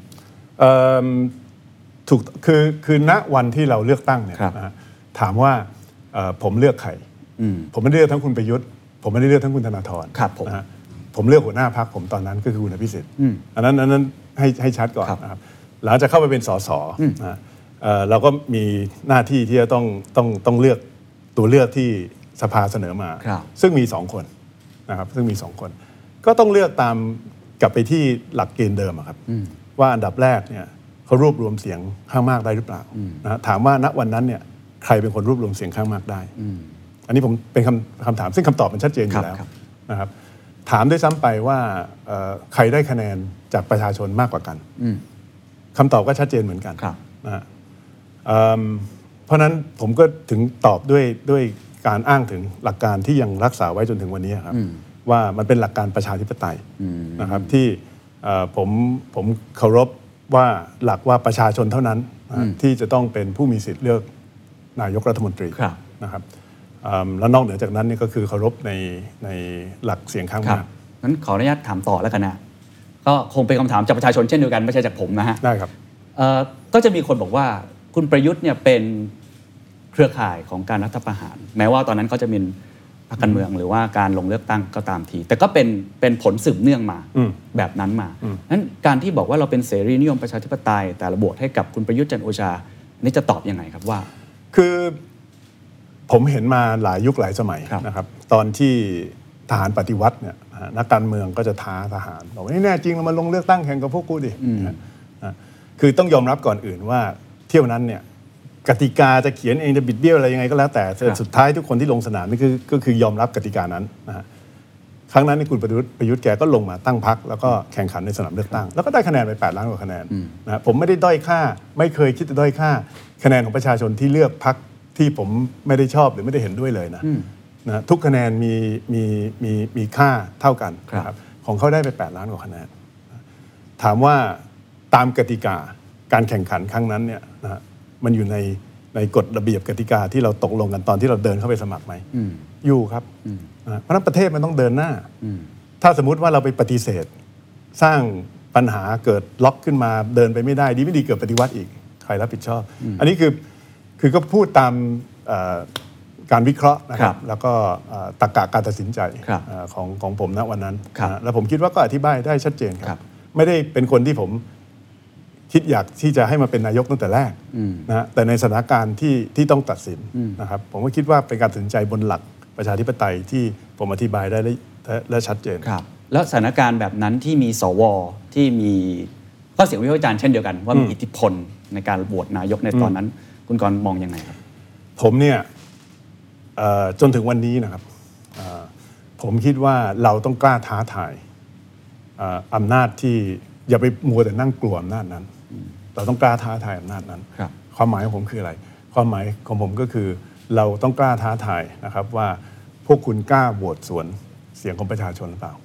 D: ถูกคือคือณวันที่เราเลือกตั้งเนี่ยนะถามว่าผมเลือกใครผมไม่ได้เลือกทั้งคุณประยุทธ์ผมไม่ได้เลือกทั้งคุณธนาธรนะฮะผมเลือกหัวหน้าพรรคผมตอนนั้นก็คือคุณอภิสิทธิ์อันนั้นอันนั้นให้ให้ชัดก่อนนะครับหลังจากเข้าไปเป็นสสนะเราก็มีหน้าที่ที่จะต้องต้องต้องเลือกตัวเลือกที่สภาเสนอมาซึ่งมีสองคนนะครับซึ่งมีสองคนก็ต้องเลือกตามกลับไปที่หลักเกณฑ์เดิมครับว่าอันดับแรกเนี่ยเขารวบรวมเสียงข้างมากได้หรือเปล่านะถามว่าณวันนั้นเนี่ยใครเป็นคนรวบรวมเสียงข้างมากได้อันนี้ผมเป็นคำคำถามซึ่งคำตอบมันชัดเจนอยู่แล้วนะครับถามด้วยซ้ำไปว่าใครได้คะแนนจากประชาชนมากกว่ากันคำตอบก็ชัดเจนเหมือนกันนะฮะเพราะนั้นผมก็ถึงตอบด้วยด้วยการอ้างถึงหลักการที่ยังรักษาไว้จนถึงวันนี้ครับว่ามันเป็นหลักการประชาธิปไตยนะครับที่ผมผมเคารพว่าหลักว่าประชาชนเท่านั้นที่จะต้องเป็นผู้มีสิทธิ์เลือกนายกรัฐมนตรีนะครับแล้วนอกเหนือจากนั้นนี่ก็คือเคารพในในหลักเสียงข้างมาก
A: งั้นขออนุญาตถามต่อแล้วกันนะก็คงเป็นคำถามจากประชาชนเช่นเดียวกันไม่ใช่จากผมนะฮะ
D: ได้ครับ
A: ก็จะมีคนบอกว่าคุณประยุทธ์เนี่ยเป็นเครือข่ายของการรัฐประหารแม้ว่าตอนนั้นเขาจะมีพรรคการเมืองหรือว่าการลงเลือกตั้งก็ตามทีแต่ก็เป็นเป็นผลสืบเนื่องมาแบบนั้นมานั้นการที่บอกว่าเราเป็นเสรีนิยมประชาธิปไตยแต่ระบวให้กับคุณประยุทธ์จันทร์โอชานี่จะตอบยังไงครับว่า
D: คือผมเห็นมาหลายยุคหลายสมัยนะครับตอนที่ทหารปฏิวัติเนี่ยนักการเมืองก็จะท้าทหารบอกว่านี่แน่จริงเรามาลงเลือกตั้งแข่งกับพวกกูดิคือต้องยอมรับก่อนอื่นว่าเที่ยวนั้นเนี่ยกติกาจะเขียนเองจะบิดเบี้ยวอะไรยังไงก็แล้วแต่สุดท้ายทุกคนที่ลงสนามนี่คือก็คือยอมรับกติกานั้นนะฮะครั้งนั้นนี่คุณประยุทธ์ประยุทธ์แกก็ลงมาตั้งพรรคแล้วก็แข่งขันในสนามเลือกตั้งแล้วก็ได้คะแนนไปแปดล้านกว่าคะแนนนะผมไม่ได้ด้อยค่าไม่เคยคิดจะด้อยค่าคะแนนของประชาชนที่เลือกพรรคที่ผมไม่ได้ชอบหรือไม่ได้เห็นด้วยเลยนะนะทุกคะแนนมีมีมีมีค่าเท่ากันนะครับของเขาได้ไปแปดล้านกว่าคะแนนถามว่าตามกติกาการแข่งขันครั้งนั้นเนี่ยนะมันอยู่ในในกฎระเบียบกติกาที่เราตกลงกันตอนที่เราเดินเข้าไปสมัครไหมอยู่ครับเพราะฉะนั้นประเทศมันต้องเดินหน้าถ้าสมมุติว่าเราไปปฏิเสธสร้างปัญหาเกิดล็อกขึ้นมาเดินไปไม่ได้ดีไม่ดีเกิดปฏิวัติอีกใครรับผิดชอบอันนี้คือคือก็พูดตามการวิเคราะห์นะครับแล้วก็ตรรกะการตัดสินใจของของผมณวันนั้นแล้วผมคิดว่าก็อธิบายได้ชัดเจนครับไม่ได้เป็นคนที่ผมคิดอยากที่จะให้มาเป็นนายกตั้งแต่แรกนะแต่ในสถานการณ์ที่ที่ต้องตัดสินนะครับผมก็คิดว่าเป็นการตัดสินใจบนหลักประชาธิปไตยที่ผมอธิบายได้และชัดเจน
A: ครับแล้วสถานการณ์แบบนั้นที่มีสวที่มีก็เสียงวิพากษ์วิจารณ์เช่นเดียวกันว่ามีอิทธิพลในการโหวตนายกในตอนนั้นคุณกรณ์มองยังไงครับ
D: ผมเนี่ยจนถึงวันนี้นะครับผมคิดว่าเราต้องกล้าท้าทายอำนาจที่อย่าไปมัวแต่นั่งกลัวอำนาจนั้นเราต้องกล้าท้าทายอำนาจนั้นความหมายของผมคืออะไรความหมายของผมก็คือเราต้องกล้าท้าทายนะครับว่าพวกคุณกล้าโหวตสวนเสียงของประชาชนหรือเปล่า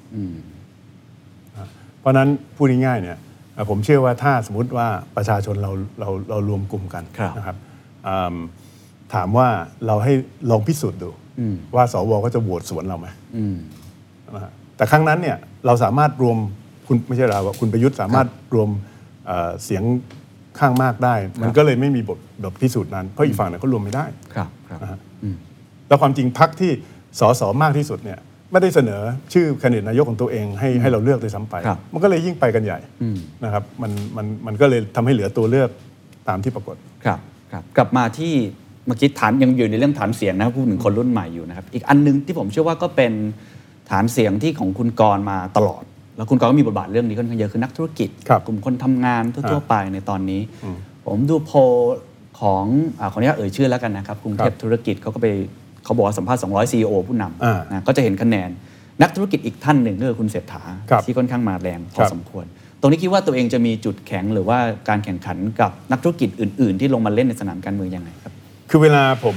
D: เพราะนั้นพูดง่ายๆเนี่ยผมเชื่อว่าถ้าสมมติว่าประชาชนเราเราเรารวมกลุ่มกันนะครับถามว่าเราให้ลองพิสูจน์ดูว่าสวก็จะโหวตสวนเราไหมแต่ครั้งนั้นเนี่ยเราสามารถรวมคุณไม่ใช่เราคุณประยุทธ์สามารถรวมเสียงข้างมากได้มันก็เลยไม่มีบทบทพิสูจน์นั้นเพราะอีกฝั่งนึงเขารวมไม่ได้แล้วความจริงพรรคที่สสมากที่สุดเนี่ยไม่ได้เสนอชื่อแคนดิเดตนายกของตัวเองให้ให้เราเลือกเลยซ้ำไปมันก็เลยยิ่งไปกันใหญ่นะครับมันมันมันก็เลยทำให้เหลือตัวเลือกตามที่ปรากฏ
A: ครับครับกลับมาที่เมื่อกี้ฐานยังอยู่ในเรื่องฐานเสียงนะครับพูดถึงคนรุ่นใหม่อยู่นะครับอีกอันนึงที่ผมเชื่อว่าก็เป็นฐานเสียงที่ของคุณกรณ์มาตลอดแล้วคุณกรณ์ก็มีบทบาทเรื่องนี้ค่อนข้างเยอะคือนักธุรกิจกลุ่มคนทำงานทั่วๆไปในตอนนี้ผมดูโพลของอ่าขออนุญาตเอ่ยชื่อแล้วกันนะครับกรุงเทพธุรกิจเขาก็ไปเขาบอกว่าสัมภาษณ์สองร้อย ซี อี โอ ผู้นำนะก็จะเห็นคะแนนนักธุรกิจอีกท่านหนึ่งก็คือคุณเศรษฐาที่ค่อนข้างมาแรงพอสมควรตรงนี้คิดว่าตัวเองจะมีจุดแข็งหรือว่าการแข่งขันกับนักธุรกิจอื่นๆที่ลงมาเล่นในสนามการเมืองยังไงครับ
D: คือเวลาผม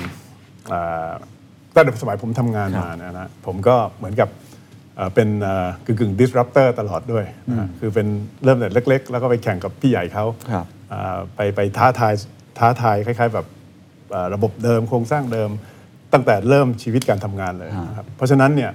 D: ตั้งแต่สมัยผมทำงานมานะนะผมก็เหมือนกับเป็นกึ่งๆ disruptor ตลอดด้วยนะคือเป็นเริ่มแต่เล็กๆแล้วก็ไปแข่งกับพี่ใหญ่เขาไปไปท้าทายท้าทายคล้ายๆแบบระบบเดิมโครงสร้างเดิมตั้งแต่เริ่มชีวิตการทำงานเลยนะครับเพราะฉะนั้นเนี่ย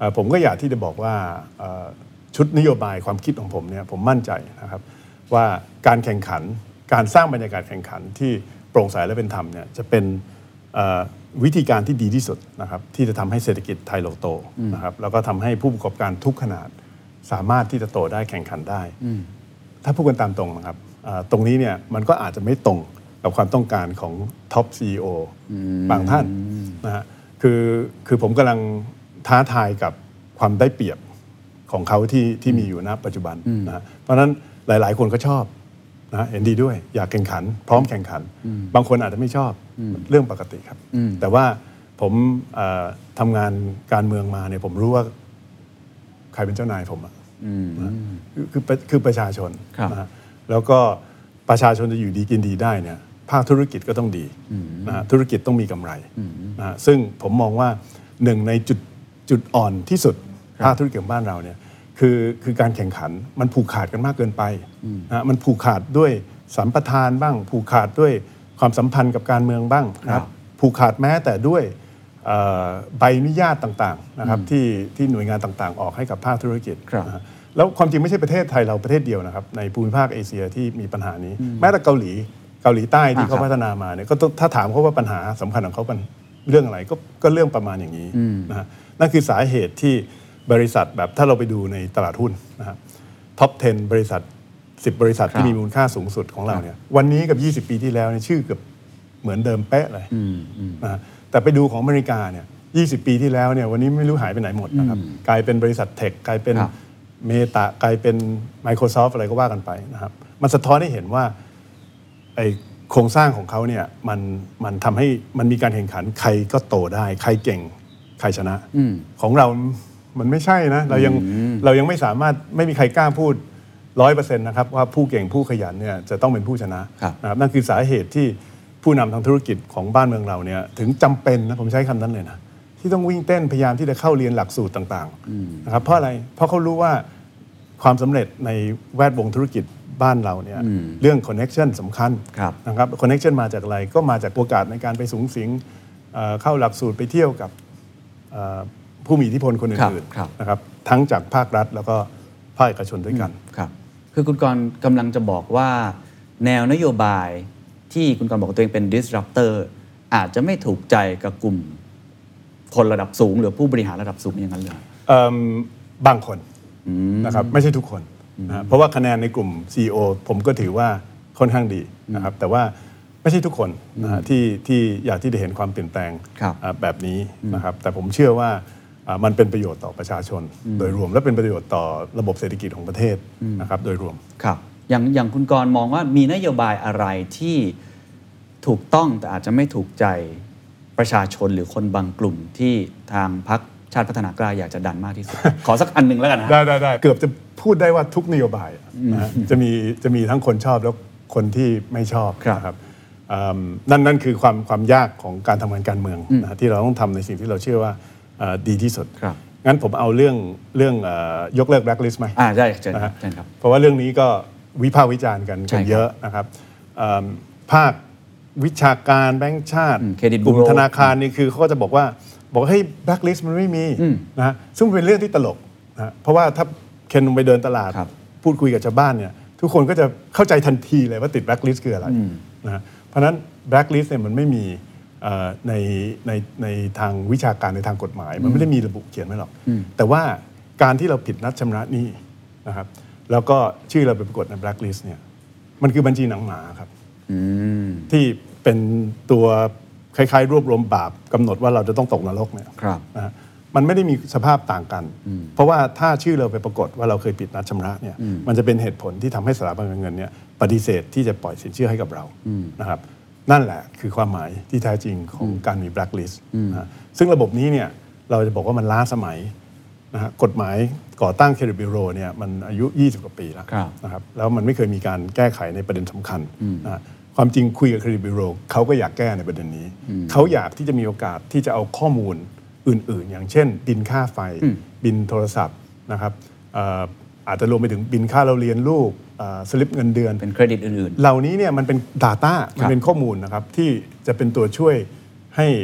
D: ผมก็อยากที่จะบอกว่าชุดนโยบายความคิดของผมเนี่ยผมมั่นใจนะครับว่าการแข่งขันการสร้างบรรยากาศแข่งขันที่โปร่งใสและเป็นธรรมเนี่ยจะเป็นวิธีการที่ดีที่สุดนะครับที่จะทำให้เศรษฐกิจไทยเราโตนะครับแล้วก็ทำให้ผู้ประกอบการทุกขนาดสามารถที่จะโตได้แข่งขันได้ถ้าพูดกันตามตรงนะครับตรงนี้เนี่ยมันก็อาจจะไม่ตรงกับความต้องการของท็อป ซี อี โอ บางท่านนะฮะคือคือผมกำลังท้าทายกับความได้เปรียบของเขาที่ที่มีอยู่ณปัจจุบันนะฮะเพราะฉะนั้นหลายๆคนก็ชอบนะเห็นดีด้วยอยากแข่งขันพร้อมแข่งขันบางคนอาจจะไม่ชอบเรื่องปกติครับแต่ว่าผมทำงานการเมืองมาเนี่ยผมรู้ว่าใครเป็นเจ้านายผมอะคือคือประชาชนนะฮะแล้วก็ประชาชนจะอยู่ดีกินดีได้เนี่ยภาคธุรกิจก็ต้องดีนะฮะธุรกิจต้องมีกำไรนะฮะซึ่งผมมองว่าหนึ่งในจุดจุดอ่อนที่สุดภาคธุรกิจของบ้านเราเนี่ยคือคือการแข่งขันมันผูกขาดกันมากเกินไปนะมันผูกขาดด้วยสัมปทานบ้างผูกขาดด้วยความสัมพันธ์กับการเมืองบ้างนะครับผูกขาดแม้แต่ด้วยใบอนุญาตต่างๆนะครับที่ที่หน่วยงานต่างๆออกให้กับภาคธุรกิจนะแล้วความจริงไม่ใช่ประเทศไทยเราประเทศเดียวนะครับในภูมิภาคเอเชียที่มีปัญหานี้แม้แต่เกาหลีเกาหลีใต้ที่เขาพัฒนามาเนี่ยก็ถ้าถามเขาว่าปัญหาสำคัญของเขาเป็นเรื่องอะไรก็ก็เรื่องประมาณอย่างนี้นะฮะนั่นคือสาเหตุที่บริษัทแบบถ้าเราไปดูในตลาดหุ้นนะฮะท็อปสิบบริษัทสิบบริษัทที่มีมูลค่าสูงสุดของเราเนี่ยวันนี้กับยี่สิบปีที่แล้วเนี่ยชื่อเกือบเหมือนเดิมเป๊ะเลยนะฮะแต่ไปดูของอเมริกาเนี่ยยี่สิบปีที่แล้วเนี่ยวันนี้ไม่รู้หายไปไหนหมดนะครับกลายเป็นบริษัทเทคกลายเป็นเมตากลายเป็น Microsoft อะไรก็ว่ากันไปนะครับมันสะท้อนให้เห็นว่าไอโครงสร้างของเขาเนี่ยมันมันทำให้มันมีการแข่งขันใครก็โตได้ใครเก่งใครชนะของเรามันไม่ใช่นะเรายังเรายังไม่สามารถไม่มีใครกล้าพูดร้อยเปอร์เซ็นต์นะครับว่าผู้เก่งผู้ขยันเนี่ยจะต้องเป็นผู้ชนะนะครับนั่นคือสาเหตุที่ผู้นำทางธุรกิจของบ้านเมืองเราเนี่ยถึงจำเป็นนะผมใช้คำนั้นเลยนะที่ต้องวิ่งเต้นพยายามที่จะเข้าเรียนหลักสูตรต่างๆนะครับเพราะอะไรเพราะเขารู้ว่าความสำเร็จในแวดวงธุรกิจบ้านเราเนี่ยเรื่องคอนเน็กชันสำคัญนะครับคอนเน็กชันมาจากอะไรก็มาจากโอกาสในการไปสูงสิงเข้าหลักสูตรไปเที่ยวกับผู้มีอิทธิพลคนอื่นๆนะครับทั้งจากภาครัฐแล้วก็ภาคเอกชนด้วยกัน
A: ครับคือคุณกรณ์กำลังจะบอกว่าแนวนโยบายที่คุณกรณ์บอกตัวเองเป็น disruptor อาจจะไม่ถูกใจกับกลุ่มคนระดับสูงหรือผู้บริหารระดับสูงอย่างนั้นเลย
D: บางคนนะครับไม่ใช่ทุกคนนะเพราะว่าคะแนนในกลุ่ม ซี อี โอ ผมก็ถือว่าค่อนข้างดีนะครับแต่ว่าไม่ใช่ทุกคนนะที่ที่อยากที่จะเห็นความเปลี่ยนแปลงแบบนี้นะครับแต่ผมเชื่อว่ามันเป็นประโยชน์ต่อประชาชนโดยรวมและเป็นประโยชน์ต่อระบบเศรษฐกิจของประเทศนะครับโดยรวม
A: ครับอย่างอย่างคุณกรณ์มองว่ามีนโยบายอะไรที่ถูกต้องแต่อาจจะไม่ถูกใจประชาชนหรือคนบางกลุ่มที่ทางพรรคชาติพัฒนากล้าอยากจะดันมากที่สุด ขอสักอันหนึ่งแล้วกันนะ
D: ได้ได้ได้เกือบจะพูดได้ว่าทุกนโยบายนะจะมีจะมีทั้งคนชอบแล้วคนที่ไม่ชอบนะครับนั่นนั่นคือความความยากของการทำงานการเมืองนะที่เราต้องทำในสิ่งที่เราเชื่อว่าดีที่สุดงั้นผมเอาเรื่องเรื่องยกเลิกแบล็คลิสต์ไหม
A: อ่าใช่ใช่ครับ
D: เพราะว่าเรื่องนี้ก็วิพากษ์วิจารณ์กันกันเยอะนะครับภาควิชาการแบงก์ชาติกลุ่มธนาคารนี่คือเขาก็จะบอกว่าบอกให้แบล็คลิสต์มันไม่มีนะฮะซึ่งเป็นเรื่องที่ตลกนะเพราะว่าถ้าเคนลงไปเดินตลาดพูดคุยกับชาวบ้านเนี่ยทุกคนก็จะเข้าใจทันทีเลยว่าติดแบล็คลิสต์คืออะไรนะเพราะฉะนั้นแบล็คลิสต์เนี่ยมันไม่มีในในในทางวิชาการในทางกฎหมายมันไม่ได้มีระบุเขียนไว้หรอกแต่ว่าการที่เราผิดนัดชำระหนี้นะครับแล้วก็ชื่อเราไปปรากฏในแบล็คลิสต์เนี่ยมันคือบัญชีหนังหมาครับที่เป็นตัวคล้ายๆรวบรวมบาปกำหนดว่าเราจะต้องตกนรกเนี่ยนะมันไม่ได้มีสภาพต่างกันเพราะว่าถ้าชื่อเราไปปรากฏว่าเราเคยผิดนัดชำระเนี่ยมันจะเป็นเหตุผลที่ทำให้สถาบันการเงินเนี่ยปฏิเสธที่จะปล่อยสินเชื่อให้กับเรานะครับนั่นแหละคือความหมายที่แท้จริงของการมีแบล็คลิสต์นะซึ่งระบบนี้เนี่ยเราจะบอกว่ามันล้าสมัยนะฮะกฎหมายก่อตั้งเครดิตบิโรเนี่ยมันอายุยี่สิบกว่าปีแล้วนะครับแล้วมันไม่เคยมีการแก้ไขในประเด็นสำคัญนะความจริงคุยกับเครดิตบิโรเขาก็อยากแก้ในประเด็นนี้เขาอยากที่จะมีโอกาสที่จะเอาข้อมูลอื่นๆอย่างเช่นบินค่าไฟบินโทรศัพท์นะครับอาจจะรวมไปถึงบินค่าเราเรียนลูกสลิปเงินเดือน
A: เป็นเครดิตอื่นๆ
D: เหล่านี้เนี่ยมันเป็น Data มันเป็นข้อมูลนะครับที่จะเป็นตัวช่วยให้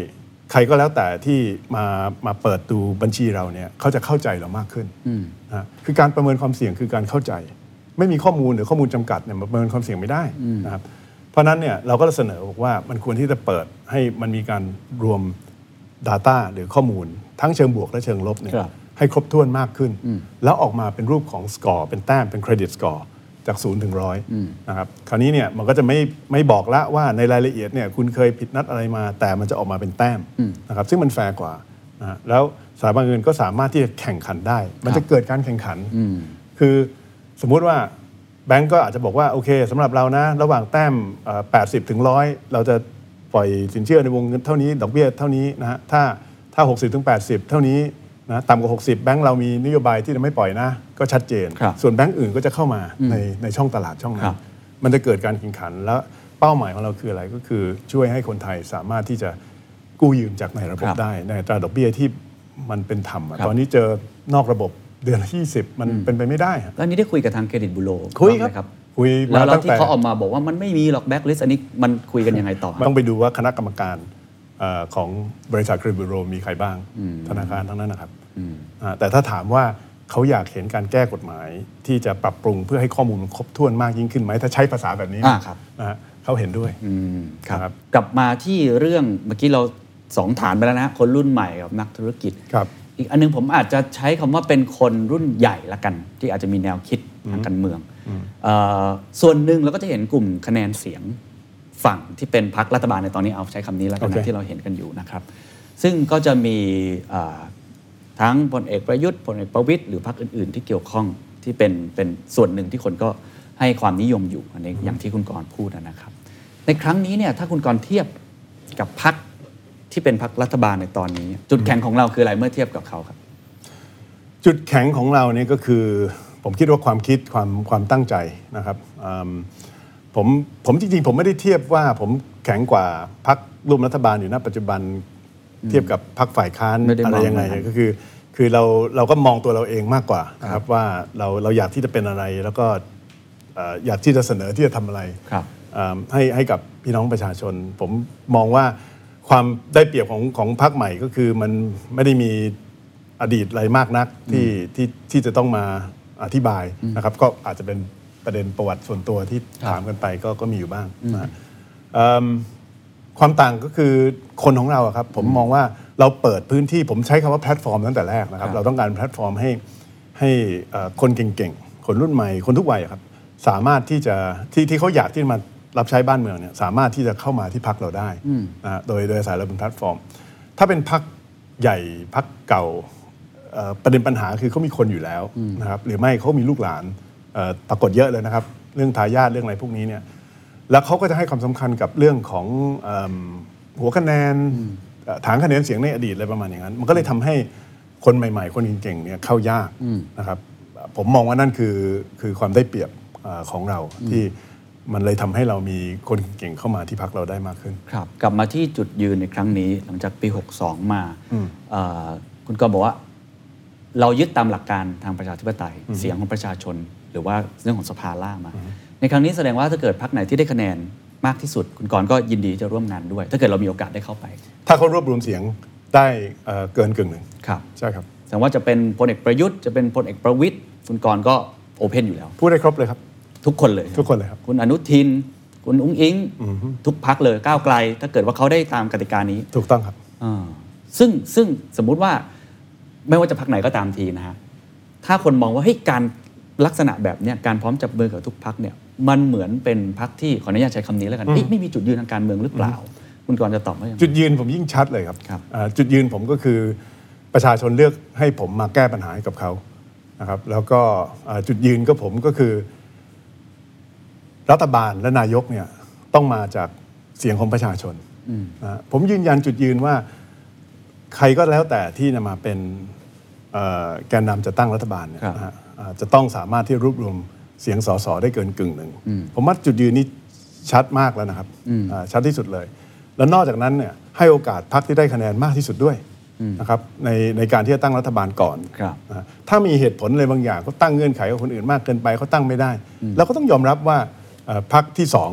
D: ใครก็แล้วแต่ที่มามาเปิดดูบัญชีเราเนี่ยเขาจะเข้าใจเรามากขึ้นนะคือการประเมินความเสี่ยงคือการเข้าใจไม่มีข้อมูลหรือข้อมูลจำกัดเนี่ยประเมินความเสี่ยงไม่ได้นะครับเพราะนั้นเนี่ยเราก็เสนอบอกว่ามันควรที่จะเปิดให้มันมีการรวม Data หรือข้อมูลทั้งเชิงบวกและเชิงลบเนี่ยให้ครบถ้วนมากขึ้นแล้วออกมาเป็นรูปของสกอร์เป็นแต้มเป็นเครดิตสกอร์จากศูนย์ถึงร้อยนะครับคราวนี้เนี่ยมันก็จะไม่ไม่บอกละว่าในรายละเอียดเนี่ยคุณเคยผิดนัดอะไรมาแต่มันจะออกมาเป็นแต้มนะครับซึ่งมันแฟร์กว่านะแล้วสถาบันเงินก็สามารถที่จะแข่งขันได้มันจะเกิดการแข่งขันคือสมมุติว่าแบงก์ก็อาจจะบอกว่าโอเคสำหรับเรานะระหว่างแต้มแปดสิบถึงร้อยเราจะปล่อยสินเชื่อในวงเงินเท่านี้ดอกเบี้ยเท่านี้นะฮะถ้าถ้าหกสิบถึงแปดสิบเท่านี้นะต่ำกว่าหกสิบแบงก์เรามีนโยบายที่จะไม่ปล่อยนะก็ชัดเจนส่วนแบงก์อื่นก็จะเข้ามาในในช่องตลาดช่องนั้นมันจะเกิดการแข่งขันแล้วเป้าหมายของเราคืออะไรก็คือช่วยให้คนไทยสามารถที่จะกู้ยืมจากในระบบได้ในอัตราดอกเบี้ยที่มันเป็นธรรมตอนนี้เจอนอกระบบเดือนละยี่สิบมันเป็นไปไม่ได้
A: แล้วนี้ได้คุยกับทางเครดิตบูโร
D: คุยครับคุย
A: แล้วแล้วที่เขาออกมาบอกว่ามันไม่มีหรอกแบ็คลิสต์อันนี้มันคุยกันยังไงต่อ
D: ต้องไปดูว่าคณะกรรมการของบริษัทเครดิตบูโรมีใครบ้างธนาคารทั้งนั้นนะครับแต่ถ้าถามว่าเขาอยากเห็นการแก้กฎหมายที่จะปรับปรุงเพื่อให้ข้อมูลมันครบถ้วนมากยิ่งขึ้นไหมถ้าใช้ภาษาแบบนี้นะฮะเขาเห็นด้วย
A: ครับกลับมาที่เรื่องเมื่อกี้เราสองฐานไปแล้วนะคนรุ่นใหม่กับนักธุรกิจอีกอันนึงผมอาจจะใช้คำว่าเป็นคนรุ่นใหญ่ละกันที่อาจจะมีแนวคิดทางการเมืองส่วนหนึ่งเราก็จะเห็นกลุ่มคะแนนเสียงฝั่งที่เป็นพรรครัฐบาลในตอนนี้เอาใช้คำนี้แล้วกัน okay. ที่เราเห็นกันอยู่นะครับซึ่งก็จะมีทั้งพลเอกประยุทธ์พลเอกประวิตรหรือพรรคอื่นๆที่เกี่ยวข้องที่เป็นเป็นส่วนหนึ่งที่คนก็ให้ความนิยมอยู่อันนี้อย่างที่คุณกรณ์พูดนะครับในครั้งนี้เนี่ยถ้าคุณกรณ์เทียบกับพรรคที่เป็นพรรครัฐบาลในตอนนี้จุดแข็งของเราคืออะไรเมื่อเทียบกับเขาครับ
D: จุดแข็งของเราเนี่ยก็คือผมคิดว่าความคิดความความตั้งใจนะครับผมผมจริงๆผมไม่ได้เทียบว่าผมแข็งกว่าพรรคร่วมรัฐบาลอยู่ณปัจจุบันเทียบกับพรรคฝ่ายค้านอะไรยังไงก็คือคือเราเราก็มองตัวเราเองมากกว่านะครับว่าเราเราอยากที่จะเป็นอะไรแล้วก็อยากที่จะเสนอที่จะทำอะไรให้ให้กับพี่น้องประชาชนผมมองว่าความได้เปรียบของของพรรคใหม่ก็คือมันไม่ได้มีอดีตอะไรมากนักที่ที่ที่จะต้องมาอธิบายนะครับก็อาจจะเป็นประเด็นประวัติส่วนตัวที่ถามกันไปก็ก็มีอยู่บ้างนะความต่างก็คือคนของเราครับผมมองว่าเราเปิดพื้นที่ผมใช้คำว่าแพลตฟอร์มตั้งแต่แรกนะครับเราต้องการแพลตฟอร์มให้ให้คนเก่งๆคนรุ่นใหม่คนทุกวัยครับสามารถที่จะที่ที่เขาอยากที่มารับใช้บ้านเมืองเนี่ยสามารถที่จะเข้ามาที่พรรคเราได้นะโดยโดยอาศัยเราเป็นแพลตฟอร์มถ้าเป็นพรรคใหญ่พรรคเก่าประเด็นปัญหาคือเขามีคนอยู่แล้วนะครับหรือไม่เขามีลูกหลานปรากฏเยอะเลยนะครับเรื่องทายาทเรื่องอะไรพวกนี้เนี่ยแล้วเขาก็จะให้ความสำคัญกับเรื่องของหัวคะแนนฐานคะแนนเสียงในอดีตอะไรประมาณอย่างนั้นมันก็เลยทำให้คนใหม่ๆคนเก่งๆเนี่ยเข้ายากนะครับผมมองว่านั่นคือคือความได้เปรียบของเราที่มันเลยทำให้เรามีคนเก่งเข้ามาที่พรรคเราได้มากขึ้น
A: ครับกลับมาที่จุดยืนในครั้งนี้หลังจากปีหกสองมาคุณก็บอกว่าเรายึดตามหลักการทางประชาธิปไตยเสียงของประชาชนหรือว่าเรื่องของสภาล่างมาในครั้งนี้แสดงว่าถ้าเกิดพรรคไหนที่ได้คะแนนมากที่สุดคุณกรณ์ก็ยินดีจะร่วมงานด้วยถ้าเกิดเรามีโอกาสได้เข้าไป
D: ถ้าเขารวบรวมเสียงได้เกินกึ่งหนึ่ง
A: ครับ
D: ใช่ครับ
A: แสดงว่าจะเป็นพลเอกประยุทธ์จะเป็นพลเอกประวิตรคุณกรณ์ก็โอเพนอยู่แล้ว
D: พูดได้ครบเลยครับ
A: ทุกคนเลย
D: ทุกคนเลยครับ
A: คุณอนุทินคุณอุ้งอิงทุกพรรคเลยก้าวไกลถ้าเกิดว่าเขาได้ตามกติกานี้
D: ถูกต้องครับ
A: ซึ่งซึ่งสมมุติว่าไม่ว่าจะพรรคไหนก็ตามทีนะฮะถ้าคนมองว่าเฮ้ยการลักษณะแบบเนี้ยการพร้อมจับมือกับทุกพรรคเนี่ยมันเหมือนเป็นพรรคที่ขออนุญาตใช้คำนี้แล้วกันไม่มีจุดยืนทางการเมืองหรือเปล่าคุณกรณ์จะตอบว่าอย่างไร
D: จุดยืนผมยิ่งชัดเลยครับจุดยืนผมก็คือประชาชนเลือกให้ผมมาแก้ปัญหาให้กับเขานะครับแล้วก็จุดยืนก็ผมก็คือรัฐบาลและนายกเนี่ยต้องมาจากเสียงของประชาชนนะผมยืนยันจุดยืนว่าใครก็แล้วแต่ที่จะมาเป็นแกนนำจะตั้งรัฐบาลเนี่ยนะฮะจะต้องสามารถที่รวบรวมเสียงสสได้เกินกึ่งหนึ่งผมว่าจุดยืนนี้ชัดมากแล้วนะครับชัดที่สุดเลยแล้วนอกจากนั้นเนี่ยให้โอกาสพรรคที่ได้คะแนนมากที่สุดด้วยนะครับในในการที่จะตั้งรัฐบาลก่อนนะถ้ามีเหตุผลอะไรบางอย่างเขาตั้งเงื่อนไขกับคนอื่นมากเกินไปเขาตั้งไม่ได้เราก็ต้องยอมรับว่าพรรคที่สอง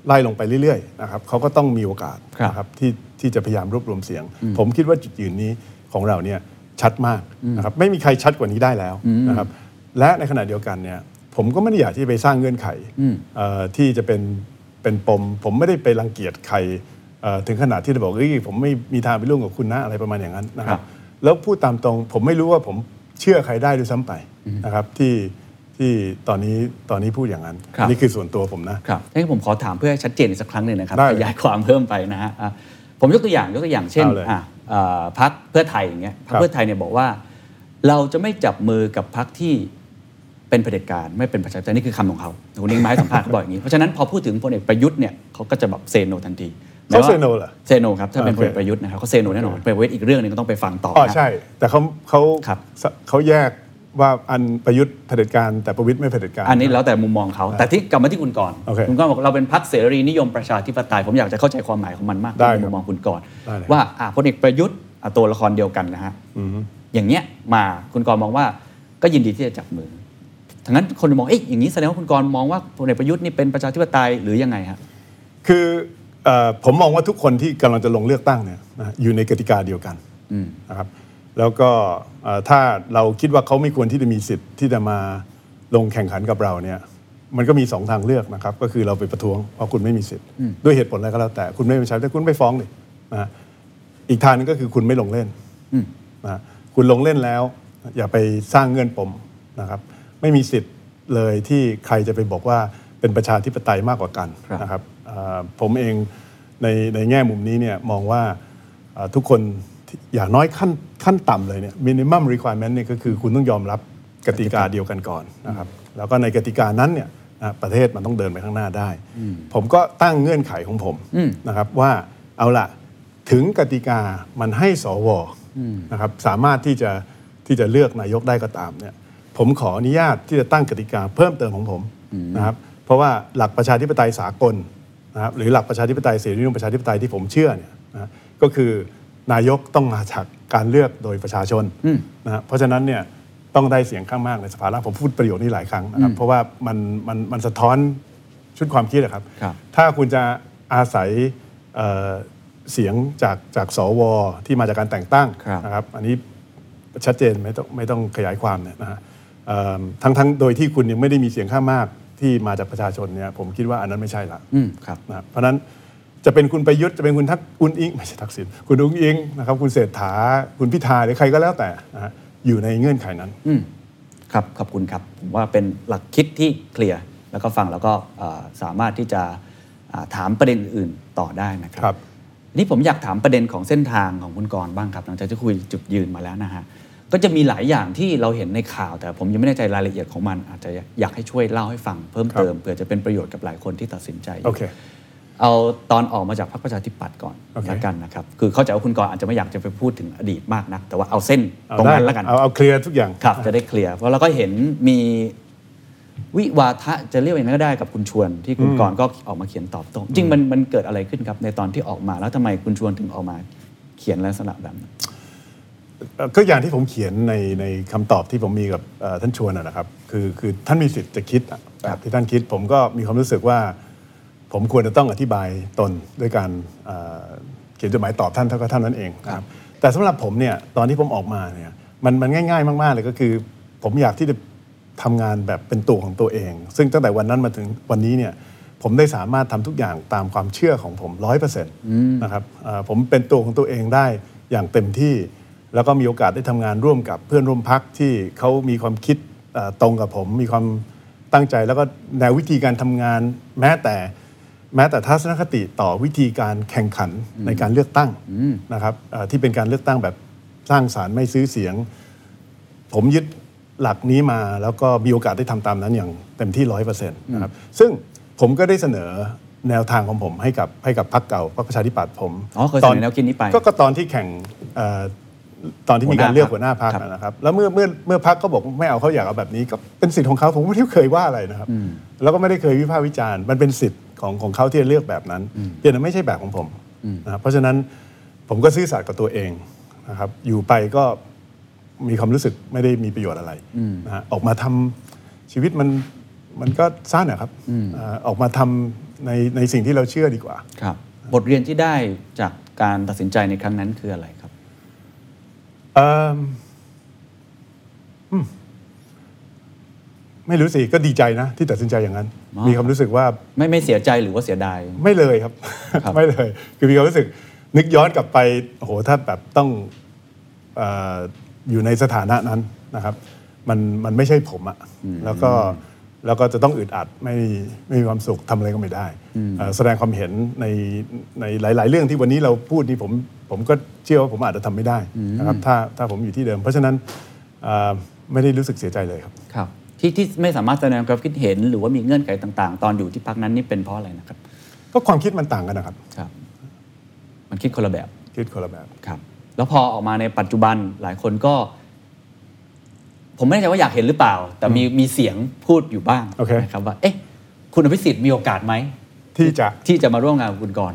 D: ไล่ลงไปเรื่อยๆนะครับเขาก็ต้องมีโอกาสนะครับที่ที่จะพยายามรวบรวมเสียงผมคิดว่าจุดยืนนี้ของเราเนี่ยชัดมากนะครับไม่มีใครชัดกว่านี้ได้แล้วนะครับและในขณะเดียวกันเนี่ยผมก็ไม่ได้อยากที่จะไปสร้างเงื่อนไขที่จะเป็นเป็นปมผมไม่ได้ไปรังเกียจใครถึงขนาดที่จะบอกเฮ้ยผมไม่มีทางไปร่วมกับคุณนะอะไรประมาณอย่างนั้นนะครับแล้วพูดตามตรงผมไม่รู้ว่าผมเชื่อใครได้ด้วยซ้ำไปนะครับที่ที่ตอนนี้ตอนนี้พูดอย่างนั้นนี่คือส่วนตัวผมนะครับ
A: งั้นผมขอถามเพื่อชัดเจนอีกสักครั้งหนึ่งนะครับขยายความเพิ่มไปนะฮะผมยกตัวอย่างยกตัวอย่างเช่นพรรคเพื่อไทยอย่างเงี้ยพรรคเพื่อไทยเนี่ยบอกว่าเราจะไม่จับมือกับพรรคที่เป็นเผด็จการไม่เป็นประชาธิปไตยนี่คือคำของเขาคุณนิ้งมาให้สัมภาษณ์เขาบอกอย่างนี้เพราะฉะนั้นพอพูดถึงพลเอกประยุทธ์เนี่ยเขาก็จะแบบเซโนทันที
D: เขาเซโนเหรอ
A: เซโนครับถ้าเป็นพลเอกประยุทธ์นะครับเขาเซโนแน่นอนพลเอกประยุทธ์อีกเรื่องนึงก็ต้องไปฟังต่อ
D: อ๋อใช่แต่เขาเขาเขาแยกว่าอันประยุทธ์เผด็จการแต่ประวิตรไม่เผด็จการ
A: อันนี้แล้วแต่มุมมองเขาแต่ที่กลับมาที่คุณก่อนคุณก่อนบอกเราเป็นพรรคเสรีนิยมประชาธิปไตยผมอยากจะเข้าใจความหมายของมันมากในมุมมองคุณก่อนว่าพลเอกประยุทธ์ตัวละครเดียวกันนะฮะอย่างเงี้ยมาคุณก่อนมองว่าก็ยินดีที่จะจับมือทั้งนั้นคนมองเอ๊ะอย่างนี้แสดงว่าคุณกรณ์มองว่าพลเอกประยุทธ์นี่เป็นประชาธิปไตยหรือยังไงครับ
D: คือผมมองว่าทุกคนที่กำลังจะลงเลือกตั้งเนี่ยอยู่ในกติกาเดียวกันนะครับแล้วก็ถ้าเราคิดว่าเขาไม่ควรที่จะมีสิทธิ์ที่จะมาลงแข่งขันกับเราเนี่ยมันก็มีสองทางเลือกนะครับก็คือเราไปประท้วงเพราะคุณไม่มีสิทธิ์ด้วยเหตุผลอะไรก็แล้วแต่คุณไม่เป็นประชาธิปไตยคุณไม่ฟ้องเลยนะอีกทางนึงก็คือคุณไม่ลงเล่นนะคุณลงเล่นแล้วอย่าไปสร้างเงื่อนปมนะครับไม่มีสิทธิ์เลยที่ใครจะไปบอกว่าเป็นประชาธิปไตยมากกว่ากันนะครับผมเองในในแง่มุมนี้เนี่ยมองว่าทุกคนอย่างน้อยขั้นขั้นต่ำเลยเนี่ย minimum requirement เนี่ยก็คือคุณต้องยอมรับกติกาเดียวกันก่อนนะครับแล้วก็ในกติกานั้นเนี่ยประเทศมันต้องเดินไปข้างหน้าได้ผมก็ตั้งเงื่อนไขของผมนะครับว่าเอาละถึงกติกามันให้สวนะครับสามารถที่จะที่จะเลือกนายกได้ก็ตามเนี่ยผมขออนุญาตที่จะตั้งกติกาเพิ่มเติมของผมนะครับเพราะว่าหลักประชาธิปไตยสากลนะครับหรือหลักประชาธิปไตยเสรีนิยมประชาธิปไตยที่ผมเชื่อเนี่ยนะก็คือนายกต้องมาจากการเลือกโดยประชาชนนะเพราะฉะนั้นเนี่ยต้องได้เสียงข้างมากในสภาล่างผมพูดประโยคนี้หลายครั้งนะครับเพราะว่ามันมันมันสะท้อนชุดความคิดนะครับถ้าคุณจะอาศัยเสียงจากจากสวที่มาจากการแต่งตั้งนะครับอันนี้ชัดเจนไม่ต้องไม่ต้องขยายความเนี่ยนะฮะทั้งทั้งโดยที่คุณยังไม่ได้มีเสียงข้างมากที่มาจากประชาชนเนี่ยผมคิดว่าอันนั้นไม่ใช่ละนะเพราะนั้นจะเป็นคุณประยุทธ์จะเป็นคุณทักคุณอิงไม่ใช่ทักษิณคุณอุ้งอิงนะครับคุณเศรษฐาคุณพิธาหรือใครก็แล้วแต่นะฮะอยู่ในเงื่อนไขนั้น
A: ครับขอบคุณครับผมว่าเป็นหลักคิดที่เคลียร์แล้วก็ฟังแล้วก็สามารถที่จะถามประเด็นอื่นต่อได้นะครับนี่ผมอยากถามประเด็นของเส้นทางของคุณกรณ์บ้างครับหลังจากที่คุยจุดยืนมาแล้วนะฮะก็จะมีหลายอย่างที่เราเห็นในข่าวแต่ผมยังไม่แน่ใจรายละเอียดของมันอาจจะอยากให้ช่วยเล่าให้ฟังเพิ่มเติมเผื่อจะเป็นประโยชน์กับหลายคนที่ตัดสินใจ
D: okay.
A: เอาตอนออกมาจากพรรคประชาธิปัตย์ก่อน
D: okay.
A: แล้วกันนะครับคือเข้าใจว่าคุณกรณ์อาจจะไม่อยากจะไปพูดถึงอดีตมากนักแต่ว่าเอาเส้นตรงนั้นแล้วกัน
D: เอาเอาเคลียร์ทุกอย่าง
A: ครับจะได้เคลียร์เพราะเราก็เห็นมีวิวาทะจะเรียกอย่างนั้นก็ได้กับคุณชวนที่คุณกรณ์ก็ออกมาเขียนตอบโต้จริงมันมันเกิดอะไรขึ้นครับในตอนที่ออกมาแล้วทำไมคุณชวนถึงออกมาเขียนลักษณะแบบนั้น
D: ก็อย่างที่ผมเขียนในในคำตอบที่ผมมีกับท่านชวนนะครับคือคือท่านมีสิทธิ์จะคิดแบบที่ท่านคิดผมก็มีความรู้สึกว่าผมควรจะต้องอธิบายตนด้วยการเขียนจดหมายตอบท่านเท่ากับท่านนั้นเองนะครับแต่สำหรับผมเนี่ยตอนที่ผมออกมาเนี่ยมันมันง่ายๆมากๆเลยก็คือผมอยากที่จะทำงานแบบเป็นตัวของตัวเองซึ่งตั้งแต่วันนั้นมาถึงวันนี้เนี่ยผมได้สามารถทำทุกอย่างตามความเชื่อของผม ร้อยเปอร์เซ็นต์ นะครับผมเป็นตัวของตัวเองได้อย่างเต็มที่แล้วก็มีโอกาสได้ทำงานร่วมกับเพื่อนร่วมพรรคที่เขามีความคิดตรงกับผมมีความตั้งใจแล้วก็แนววิธีการทำงานแม้แต่แม้แต่ทัศนคติต่อวิธีการแข่งขันในการเลือกตั้งนะครับที่เป็นการเลือกตั้งแบบสร้างสรรค์ไม่ซื้อเสียงผมยึดหลักนี้มาแล้วก็มีโอกาสได้ทำตามนั้นอย่างเต็มที่ ร้อยเปอร์เซ็นต์ นะครับซึ่งผมก็ได้เสนอแนวทางของผมให้กับให้กับพรรคเก่าพรรคประชาธิปัตย์ผม
A: อ๋อเคยเสนอแนวคิดนี้ไป
D: ก็ตอนที่แข่งตอนที่มีการเลือกหัวหน้าพรรคนะครับแล้วเมื่อเมื่อเมื่อพรรคก็บอกไม่เอาเขาอยากเอาแบบนี้ก็เป็นสิทธิ์ของเขาผมไม่ได้เคยว่าอะไรนะครับแล้วก็ไม่ได้เคยวิพากษ์วิจารณ์มันเป็นสิทธิ์ของของเขาที่จะเลือกแบบนั้นเพียงแต่ไม่ใช่แบบของผมนะครับเพราะฉะนั้นผมก็ซื่อสัตย์กับตัวเองนะครับอยู่ไปก็มีความรู้สึกไม่ได้มีประโยชน์อะไรนะออกมาทำชีวิตมันมันก็สั้นนะครับออกมาทำในในสิ่งที่เราเชื่อดีกว่า
A: ครับบทเรียนที่ได้จากการตัดสินใจในครั้งนั้นคืออะไรครับ
D: เอ่อไม่รู้สิก็ดีใจนะที่ตัดสินใจอย่างนั้นมีความรู้สึกว่า
A: ไม่ไม่เสียใจหรือว่าเสียดาย
D: ไม่เลยครับ ไม่เลยคือมีความรู้สึกนึกย้อนกลับไปโอ้โหถ้าแบบต้องเอ่ออยู่ในสถานะนั้นนะครับมันมันไม่ใช่ผมอะแล้วก็แล้วก็จะต้องอึดอัดไม่ไม่มีความสุขทำอะไรก็ไม่ได้แสดงความเห็นในในหลายๆเรื่องที่วันนี้เราพูดนี่ผมผมก็เชื่อว่าผมอาจจะทำไม่ได้นะครับถ้าถ้าผมอยู่ที่เดิมเพราะฉะนั้นไม่ได้รู้สึกเสียใจเลยครับ
A: ครับที่ที่ไม่สามารถแสดงความคิดเห็นหรือว่ามีเงื่อนไขต่างๆตอนอยู่ที่พรรคนั้นนี่เป็นเพราะอะไรนะครับ
D: ก็ความคิดมันต่างกันนะครับ
A: ครับมันคิดคนละแบบ
D: คิดคนละแบบ
A: ครับแล้วพอออกมาในปัจจุบันหลายคนก็ผมไม่แน่ใจว่าอยากเห็นหรือเปล่าแต่มีมีเสียงพูดอยู่บ้าง
D: okay.
A: นะครับว่าเอ๊ะคุณอภิสิทธิ์มีโอกาสไหม
D: ที่จะ
A: ที่จะมาร่วมงานกับคุณกรณ์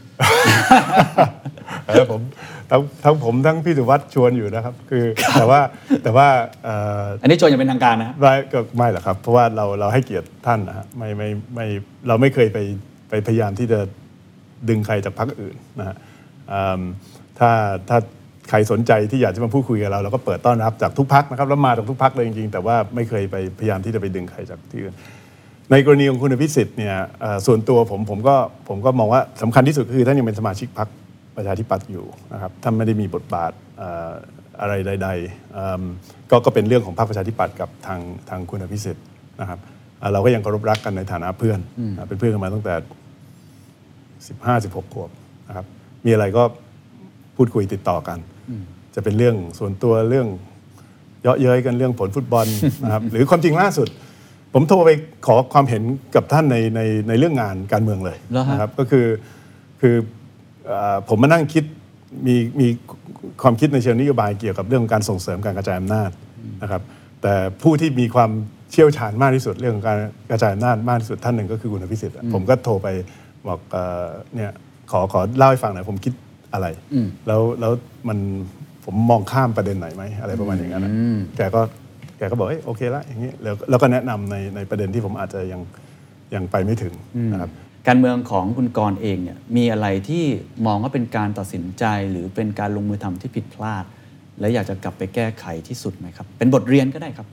D: เออผมทั้งทั้งผมทั้งพี่สุวัฒน์ชวนอยู่นะครับคือแต่ว่าแต่ว่า
A: อันนี้ชวนอย่างเป็นทางการนะ
D: ไม่ก็ไม่หรอกครับเพราะว่าเราเราให้เกียรติท่านนะฮะไม่ไม่ไม่เราไม่เคยไปไปพยายามที่จะดึงใครจากพรรคอื่นนะฮะถ้าถ้าใครสนใจที่อยากจะมาพูดคุยกับเราเราก็เปิดต้อนรับจากทุกพรรคนะครับแล้วมาจากทุกพรรคเลยจริงๆแต่ว่าไม่เคยไปพยายามที่จะไปดึงใครจากที่อื่นในกรณีของคุณอภิสิทธิ์เนี่ยส่วนตัวผมผมก็ผมก็มองว่าสำคัญที่สุดคือท่านยังเป็นสมาชิกพรรคประชาธิปัตย์อยู่นะครับท่านไม่ได้มีบทบาทอะไรใดๆก็ก็เป็นเรื่องของพรรคประชาธิปัตย์กับทางทางคุณอภิสิทธิ์นะครับเราก็ยังเคารพรักกันในฐานะเพื่อนเป็นเพื่อนกันมาตั้งแต่สิบห้า สิบหกขวบนะครับมีอะไรก็พูดคุยติดต่อกันจะเป็นเรื่องส่วนตัวเรื่องเยาะเย้ยกันเรื่องผลฟุตบอลนะครับหรือความจริงล่าสุดผมโทรไปขอความเห็นกับท่านในในในเรื่องงานการเมืองเลยนะครับก็คือคือผมมานั่งคิดมีมีความคิดในเชิงนโยบายเกี่ยวกับเรื่องการส่งเสริมการกระจายอำนาจนะครับแต่ผู้ที่มีความเชี่ยวชาญมากที่สุดเรื่องของการกระจายอำนาจมากที่สุดท่านหนึ่งก็คือคุณอภิสิทธิ์ผมก็โทรไปบอกเนี่ยขอขอเล่าให้ฟังหน่อยผมคิดอะไรแล้วแล้วมันผมมองข้ามประเด็นไหนไหมอะไรประมาณอย่างนั้นแกก็แกก็บอกเอ้ยโอเคละอย่างนี้แล้วแล้วก็แนะนำในในประเด็นที่ผมอาจจะยังยังไปไม่ถึงนะครับ
A: การเมืองของคุณกรณ์เองเนี่ยมีอะไรที่มองว่าเป็นการตัดสินใจหรือเป็นการลงมือทำที่ผิดพลาดและอยากจะกลับไปแก้ไขที่สุดไหมครับเป็นบทเรียนก็ได้ครับ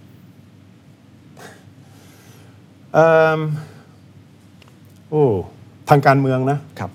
D: เอ่อโอ้ทางการเมืองนะครับ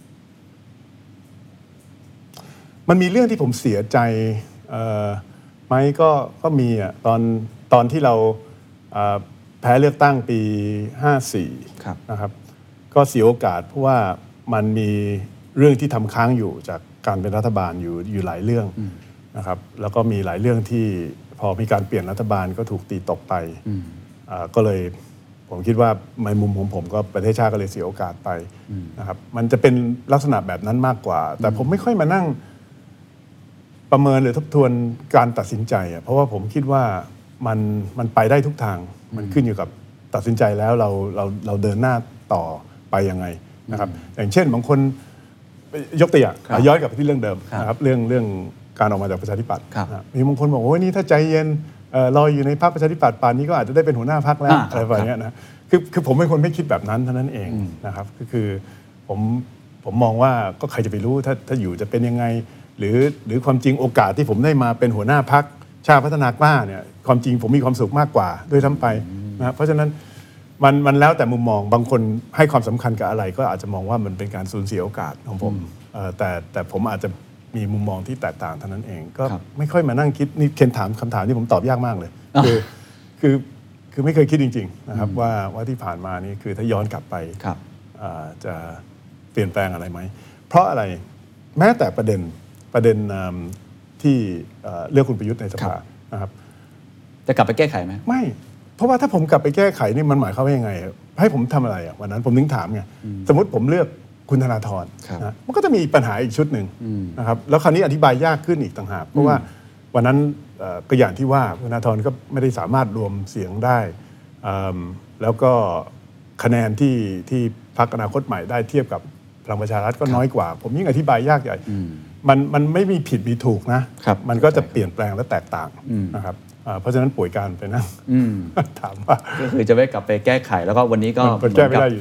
D: มันมีเรื่องที่ผมเสียใจไหมก็ก็มีอ่ะตอนตอนที่เราแพ้เลือกตั้งปีห้าสี่นะครับก็เสียโอกาสเพราะว่ามันมีเรื่องที่ทำค้างอยู่จากการเป็นรัฐบาลอยู่อยู่หลายเรื่องนะครับแล้วก็มีหลายเรื่องที่พอมีการเปลี่ยนรัฐบาลก็ถูกตีตกไปก็เลยผมคิดว่าในมุมของผมก็ประเทศชาติก็เลยเสียโอกาสไปนะครับมันจะเป็นลักษณะแบบนั้นมากกว่าแต่ผมไม่ค่อยมานั่งประเมินหรือทบทวนการตัดสินใจอ่ะเพราะว่าผมคิดว่ามันมันไปได้ทุกทางมันขึ้นอยู่กับตัดสินใจแล้วเราเราเราเดินหน้าต่อไปยังไงนะครับอย่างเช่นบางคนยกตัวอย่างย้อนกลับไปที่เรื่องเดิมนะครับเรื่องเรื่องการออกมาจากประชาธิปัตย์มีบางคนบอกว่านี่ถ้าใจเย็นรออยู่ในพรรคประชาธิปัตย์ป่านนี้ก็อาจจะได้เป็นหัวหน้าพรรคแล้วอะไรแบบนี้นะคือคือผมเป็นคนไม่คิดแบบนั้นเท่านั้นเองนะครับก็คือผมผมมองว่าก็ใครจะไปรู้ถ้าถ้าอยู่จะเป็นยังไงหรือหรือความจริงโอกาสที่ผมได้มาเป็นหัวหน้าพรรคชาติพัฒนากล้าเนี่ยความจริงผมมีความสุขมากกว่าด้วยซ้ำไปนะเพราะฉะนั้นมันมันแล้วแต่มุมมองบางคนให้ความสำคัญกับอะไรก็อาจจะมองว่ามันเป็นการสูญเสียโอกาสของผมแต่แต่ผมอาจจะมีมุมมองที่แตกต่างเท่านั้นเองก็ไม่ค่อยมานั่งคิดนี่เคนถามคำถามที่ผมตอบยากมากเลยคือคือคือไม่เคยคิดจริงๆนะครับว่าว่าที่ผ่านมานี่คือถ้าย้อนกลับไปจะเปลี่ยนแปลงอะไรไหมเพราะอะไรแม้แต่ประเด็นประเด็นที่เลือกคุณประยุทธ์ในสภานะครับ
A: จะกลับไปแก้ไขไหม
D: ไม่เพราะว่าถ้าผมกลับไปแก้ไขนี่มันหมายความว่ายังไงให้ผมทำอะไรอ่ะวันนั้นผมนึกถามไงสมมติผมเลือกคุณธนาธรนะมันก็จะมีปัญหาอีกชุดหนึ่งนะครับแล้วคราวนี้อธิบายยากขึ้นอีกต่างหากเพราะว่าวันนั้นก็อย่างที่ว่าคุณธนาธรก็ไม่ได้สามารถรวมเสียงได้แล้วก็คะแนนที่ที่พรรคอนาคตใหม่ได้เทียบกับพลังประชารัฐก็น้อยกว่าผมยิ่งอธิบายยากใหญ่มันมันไม่มีผิดมีถูกนะมันก็จะเปลี่ยนแปลงและแตกต่างนะครับเพราะฉะนั้นป่วยการไปนั่งถามว่า
A: ก็คือจะไม่กลับไปแก้ไขแล้วก็วันนี้ก็
D: แก้ไม่ได้อยู่ดี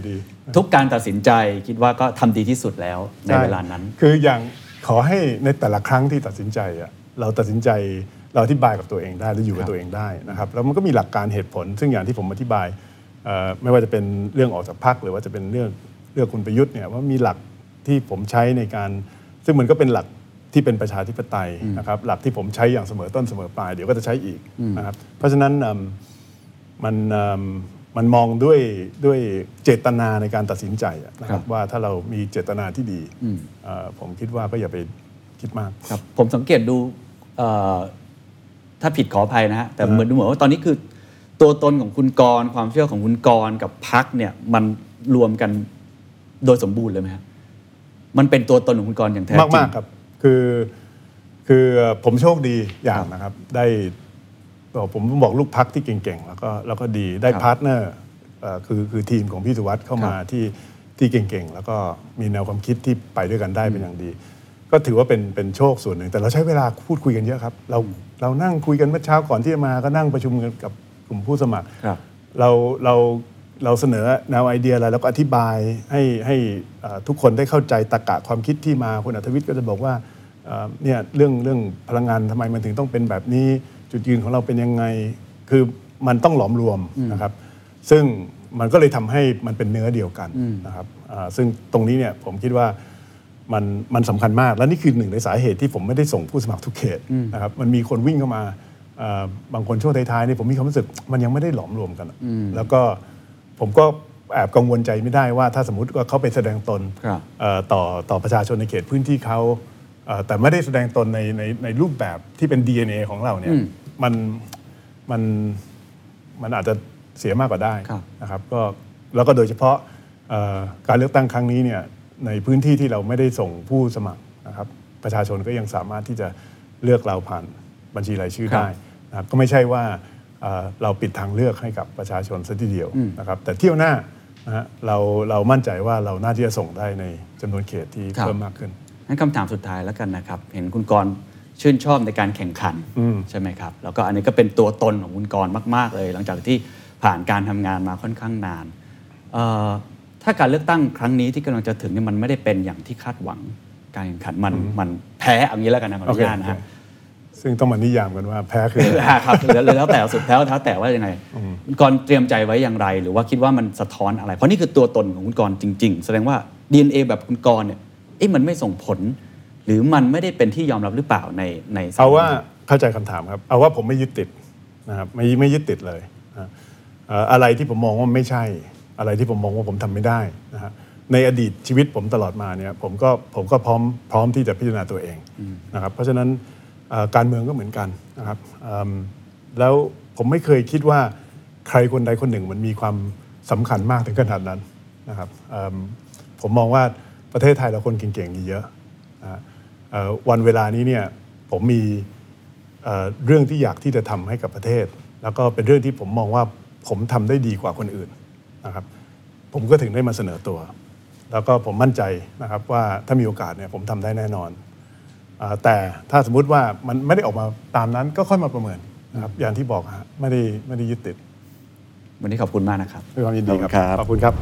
A: ทุกการตัดสินใจคิดว่าก็ทำดีที่สุดแล้วในเวลานั้น
D: คืออย่างขอให้ในแต่ละครั้งที่ตัดสินใจอ่ะเราตัดสินใจเราอธิบายกับตัวเองได้หรืออยู่กับตัวเองได้นะครับแล้วมันก็มีหลักการเหตุผลซึ่งอย่างที่ผมอธิบายไม่ว่าจะเป็นเรื่องออกจากพรรคหรือว่าจะเป็นเรื่องเรื่องคุณประยุทธ์เนี่ยว่ามีหลักที่ผมใช้ในการซึ่งมันก็เป็นหลักที่เป็นประชาธิปไตยนะครับหลักที่ผมใช้อย่างเสมอต้นเสมอปลายเดี๋ยวก็จะใช้อีกนะครับเพราะฉะนั้นมันมันมองด้วยด้วยเจตนาในการตัดสินใจนะครับว่าถ้าเรามีเจตนาที่ดีผมคิดว่าก็อย่าไปคิดมาก
A: ครับผมสังเกตดูถ้าผิดขออภัยนะฮะแต่เหมือนดูเหมือนว่าตอนนี้คือตัวตนของคุณกรณ์ความเชื่อของคุณกรณ์กับพรรคเนี่ยมันรวมกันโดยสมบูรณ์เลยไหมครับมันเป็นตัวตนของคุณกรณ์อย่างแท้จริง
D: มากๆครับคือคือผมโชคดีอย่างนะครับได้ผมบอกลูกพรรคที่เก่งๆแล้วก็แล้วก็ดีได้พาร์ทเนอร์คือคือทีมของพี่สุวัสด์เข้ามาที่ที่เก่งๆแล้วก็มีแนวความคิดที่ไปด้วยกันได้เป็นอย่างดีก็ถือว่าเป็นเป็นโชคส่วนหนึ่งแต่เราใช้เวลาพูดคุยกันเยอะครับเราเรานั่งคุยกันเมื่อเช้าก่อนที่จะมาก็นั่งประชุมกันกับกลุ่มผู้สมัครเราเราเราเสนอแนวไอเดียอะไรแล้วก็อธิบายให้ให้ทุกคนได้เข้าใจตรรกะความคิดที่มาคุณอัธวิทย์ก็จะบอกว่าเนี่ยเรื่องเรื่องพลังงานทำไมมันถึงต้องเป็นแบบนี้จุดยืนของเราเป็นยังไงคือมันต้องหลอมรวมนะครับซึ่งมันก็เลยทำให้มันเป็นเนื้อเดียวกันนะครับซึ่งตรงนี้เนี่ยผมคิดว่ามันมันสำคัญมากและนี่คือหนึ่งในสาเหตุที่ผมไม่ได้ส่งผู้สมัครทุกเขตนะครับมันมีคนวิ่งเข้ามาบางคนช่วงท้ายๆนี่ผมมีความรู้สึกมันยังไม่ได้หลอมรวมกันแล้วก็ผมก็แอบกังวลใจไม่ได้ว่าถ้าสมมติว่าเขาไปแสดงตนต่อต่อประชาชนในเขตพื้นที่เขาแต่ไม่ได้แสดงตนในในในรูปแบบที่เป็น ดี เอ็น เอ ของเราเนี่ยมันมันมันอาจจะเสียมากกว่าได้นะครับก็แล้วก็โดยเฉพาะการเลือกตั้งครั้งนี้เนี่ยในพื้นที่ที่เราไม่ได้ส่งผู้สมัครนะครับประชาชนก็ยังสามารถที่จะเลือกเราผ่านบัญชีรายชื่อได้นะครับก็ไม่ใช่ว่าเราปิดทางเลือกให้กับประชาชนซะทีเดียวนะครับแต่เที่ยวหน้านะฮะเราเรามั่นใจว่าเราน่าที่จะส่งได้ในจำนวนเขตที่เพิ่มมากขึ้น
A: งั้นคำถามสุดท้ายแล้วกันนะครับเห็นคุณกรณ์ชื่นชอบในการแข่งขันใช่ไหมครับแล้วก็อันนี้ก็เป็นตัวตนของคุณกรณ์มากๆเลยหลังจากที่ผ่านการทำงานมาค่อนข้างนานถ้าการเลือกตั้งครั้งนี้ที่กำลังจะถึงเนี่ยมันไม่ได้เป็นอย่างที่คาดหวังการแข่งขันมันมันแพ้อย่างนี้แล้วกันนะขออนุญาตนะฮะ
D: ซึ่งต้องมานิยามกันว่าแพ้คือ
A: ครับแล้วแต่สุดแล้วแล้วแต่ว่ายังไงคุณกรณ์เตรียมใจไว้อย่างไรหรือว่าคิดว่ามันสะท้อนอะไรเพราะนี่คือตัวตนของคุณกรณ์จริงๆแสดงว่า ดี เอ็น เอ แบบคุณกรณ์เนี่ยเอ๊ะมันไม่ส่งผลหรือมันไม่ได้เป็นที่ยอมรับหรือเปล่าในใน
D: เอาว่าเข้าใจคำถามครับเอาว่าผมไม่ยึดติดนะครับไม่ไม่ยึดติดเลยนะอะไรที่ผมมองว่าไม่ใช่อะไรที่ผมมองว่าผมทำไม่ได้นะฮะในอดีตชีวิตผมตลอดมาเนี่ยผมก็ผมก็พร้อมพร้อมที่จะพิจารณาตัวเองนะครับเพราะฉะนั้นการเมืองก็เหมือนกันนะครับแล้วผมไม่เคยคิดว่าใครคนใดคนหนึ่งมันมีความสำคัญมากถึงขนาดนั้นนะครับผมมองว่าประเทศไทยเราคนเก่งๆมีเยอะวันเวลานี้เนี่ยผมมีเรื่องที่อยากที่จะทำให้กับประเทศแล้วก็เป็นเรื่องที่ผมมองว่าผมทำได้ดีกว่าคนอื่นนะครับผมก็ถึงได้มาเสนอตัวแล้วก็ผมมั่นใจนะครับว่าถ้ามีโอกาสเนี่ยผมทำได้แน่นอนแต่ถ้าสมมุติว่ามันไม่ได้ออกมาตามนั้นก็ค่อยมาประเมินนะครับอย่างที่บอกฮะไม่ได้ไม่ได้ยึดติด
A: วันนี้ขอบคุณมากนะครับ
D: ด้วยความยินดีครับขอบคุณครับ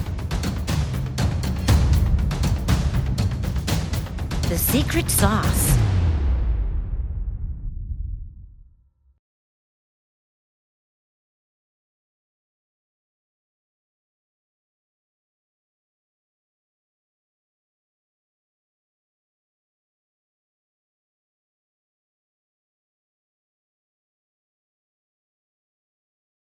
F: The secret sauce